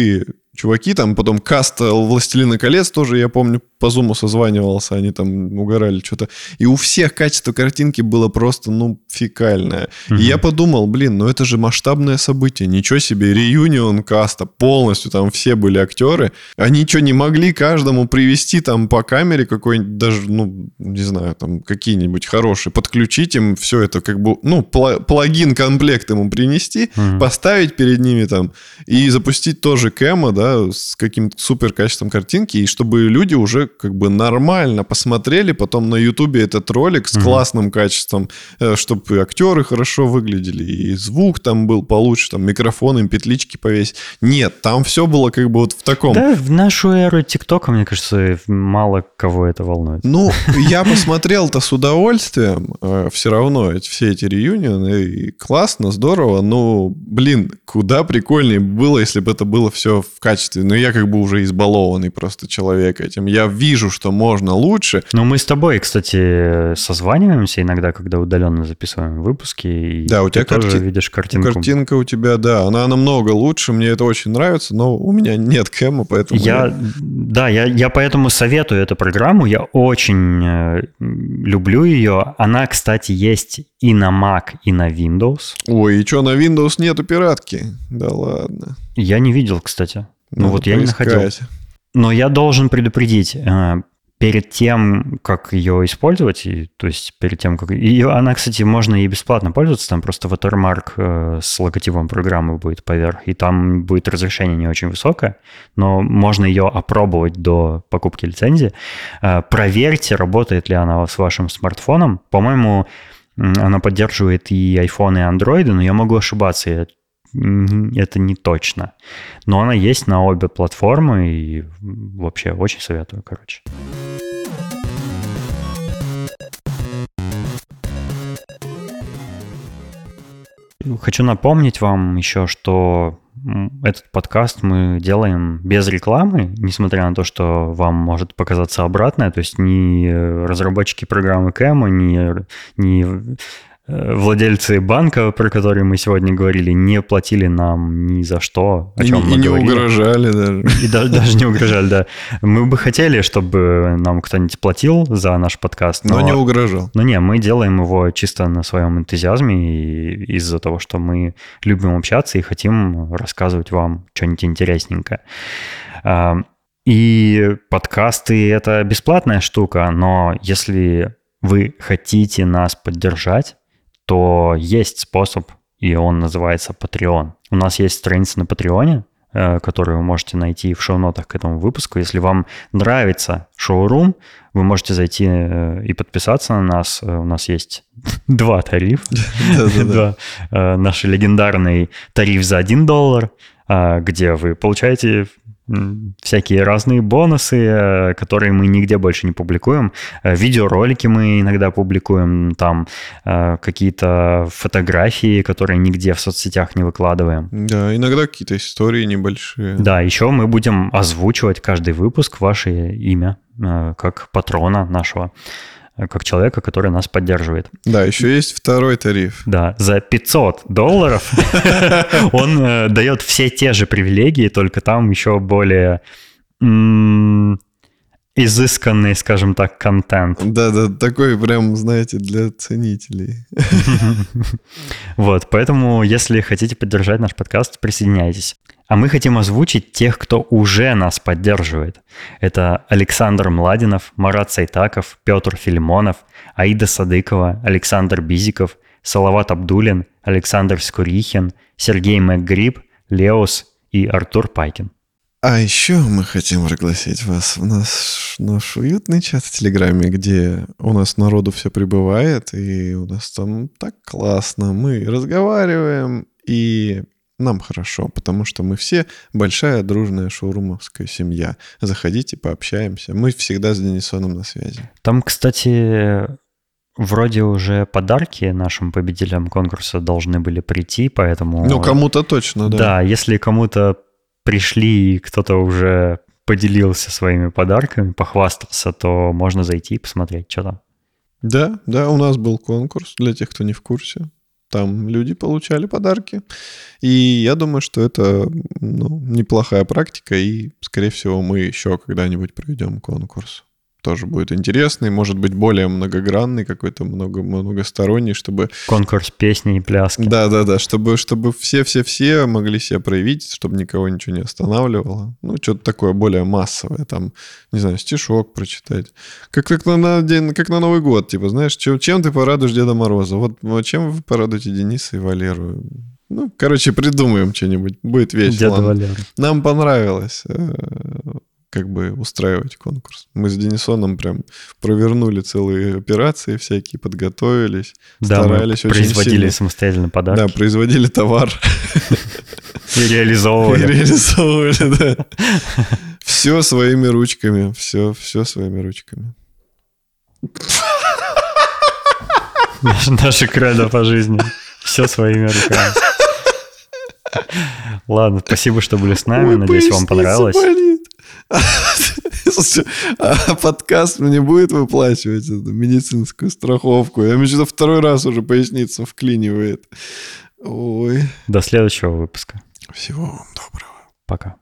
чуваки, там потом каст «Властелина колец» тоже, я помню, по зуму созванивался, они там угорали что-то. И у всех качество картинки было просто, ну, фекальное. Mm-hmm. И я подумал, блин, ну это же масштабное событие. Ничего себе, реюнион каста, полностью там все были актеры. Они что, не могли каждому привести там по камере какой-нибудь, даже, ну, не знаю, там какие-нибудь хорошие, подключить им все это, как бы, ну, плагин-комплект ему принести, mm-hmm. поставить перед ними там и запустить тоже кэма, да, с каким-то супер качеством картинки, и чтобы люди уже как бы нормально посмотрели потом на Ютубе этот ролик с mm-hmm. классным качеством, чтобы и актеры хорошо выглядели, и звук там был получше, там микрофон, им петлички повесить. Нет, там все было как бы вот в таком... Да, в нашу эру ТикТока, мне кажется, мало кого это волнует. Ну, я посмотрел-то с удовольствием, все равно все эти реюнионы, и классно, здорово, но, блин, куда прикольнее было, если бы это было все в качестве. Но я как бы уже избалованный просто человек этим. Я вижу, что можно лучше. Ну, мы с тобой, кстати, созваниваемся иногда, когда удаленно записываем выпуски. И да, у тебя ты тоже карти... видишь картинку. Картинка у тебя, да, она намного лучше. Мне это очень нравится, но у меня нет кэма, поэтому... Я... Я... Да, я, я поэтому советую эту программу. Я очень э, люблю ее. Она, кстати, есть и на Mac, и на Windows. Ой, и что, на Windows нету пиратки? Да ладно. Я не видел, кстати. Ну Надо вот я поискать. не находил. Но я должен предупредить, перед тем, как ее использовать, и, то есть перед тем, как... И она, кстати, можно и бесплатно пользоваться, там просто watermark с логотипом программы будет поверх, и там будет разрешение не очень высокое, но можно ее опробовать до покупки лицензии. Проверьте, работает ли она с вашим смартфоном. По-моему, она поддерживает и iPhone, и Android, но я могу ошибаться, я это не точно. Но она есть на обе платформы, и вообще очень советую, короче. Хочу напомнить вам еще, что этот подкаст мы делаем без рекламы, несмотря на то, что вам может показаться обратное. То есть ни разработчики программы Кэма, ни... ни владельцы банка, про который мы сегодня говорили, не платили нам ни за что, о чем и, мы и не говорили. угрожали даже. И даже, даже не угрожали, да. Мы бы хотели, чтобы нам кто-нибудь платил за наш подкаст. Но, но не угрожал. Но не, мы делаем его чисто на своем энтузиазме и из-за того, что мы любим общаться и хотим рассказывать вам что-нибудь интересненькое. И подкасты — это бесплатная штука, но если вы хотите нас поддержать, то есть способ, и он называется Patreon. У нас есть страница на Патреоне, которую вы можете найти в шоу-нотах к этому выпуску. Если вам нравится шоурум, вы можете зайти и подписаться на нас. У нас есть два тарифа. Наш легендарный тариф за один доллар, где вы получаете всякие разные бонусы, которые мы нигде больше не публикуем. Видеоролики мы иногда публикуем, там какие-то фотографии, которые нигде в соцсетях не выкладываем. Да, иногда какие-то истории небольшие. Да, еще мы будем озвучивать каждый выпуск ваше имя, как патрона нашего, как человека, который нас поддерживает. Да, еще есть второй тариф. Да, за пятьсот долларов он дает все те же привилегии, только там еще более изысканный, скажем так, контент. Да-да, такой прям, знаете, для ценителей. Вот, поэтому, если хотите поддержать наш подкаст, присоединяйтесь. А мы хотим озвучить тех, кто уже нас поддерживает. Это Александр Младинов, Марат Сайтаков, Петр Филимонов, Аида Садыкова, Александр Бизиков, Салават Абдулин, Александр Скурихин, Сергей МакГриб, Леос и Артур Пайкин. А еще мы хотим пригласить вас в наш, наш уютный чат в Телеграме, где у нас народу все прибывает, и у нас там так классно. Мы разговариваем, и нам хорошо, потому что мы все большая дружная шоурумовская семья. Заходите, пообщаемся. Мы всегда с Денисоном на связи. Там, кстати, вроде уже подарки нашим победителям конкурса должны были прийти, поэтому... Ну, кому-то точно, да. Да, если кому-то пришли и кто-то уже поделился своими подарками, похвастался, то можно зайти и посмотреть, что там. Да, да, у нас был конкурс для тех, кто не в курсе. Там люди получали подарки. И я думаю, что это ну, неплохая практика. И, скорее всего, мы еще когда-нибудь проведем конкурс. Тоже будет интересный, может быть, более многогранный, какой-то много, многосторонний, чтобы... Конкурс песни и пляски. Да-да-да, чтобы, чтобы все-все-все могли себя проявить, чтобы никого ничего не останавливало. Ну, что-то такое более массовое, там, не знаю, стишок прочитать. Как, как, на, день, как на Новый год, типа, знаешь, чем, чем ты порадуешь Деда Мороза? Вот чем вы порадуете Дениса и Валеру? Ну, короче, придумаем что-нибудь, будет весело. Деда Валера. Нам понравилось... как бы устраивать конкурс. Мы с Денисоном прям провернули целые операции всякие, подготовились, да, старались мы очень производили сильно. самостоятельно подарки. Да, производили товар. И реализовывали. И реализовывали, да. Все своими ручками. Все, все своими ручками. Наша кредо по жизни. Все своими руками. Ладно, спасибо, что были с нами. Ой, надеюсь, вам понравилось. Болит. Слушайте, а подкаст мне будет выплачивать эту медицинскую страховку? Я мне что-то второй раз уже поясницу вклинивает. Ой. До следующего выпуска. Всего вам доброго. Пока.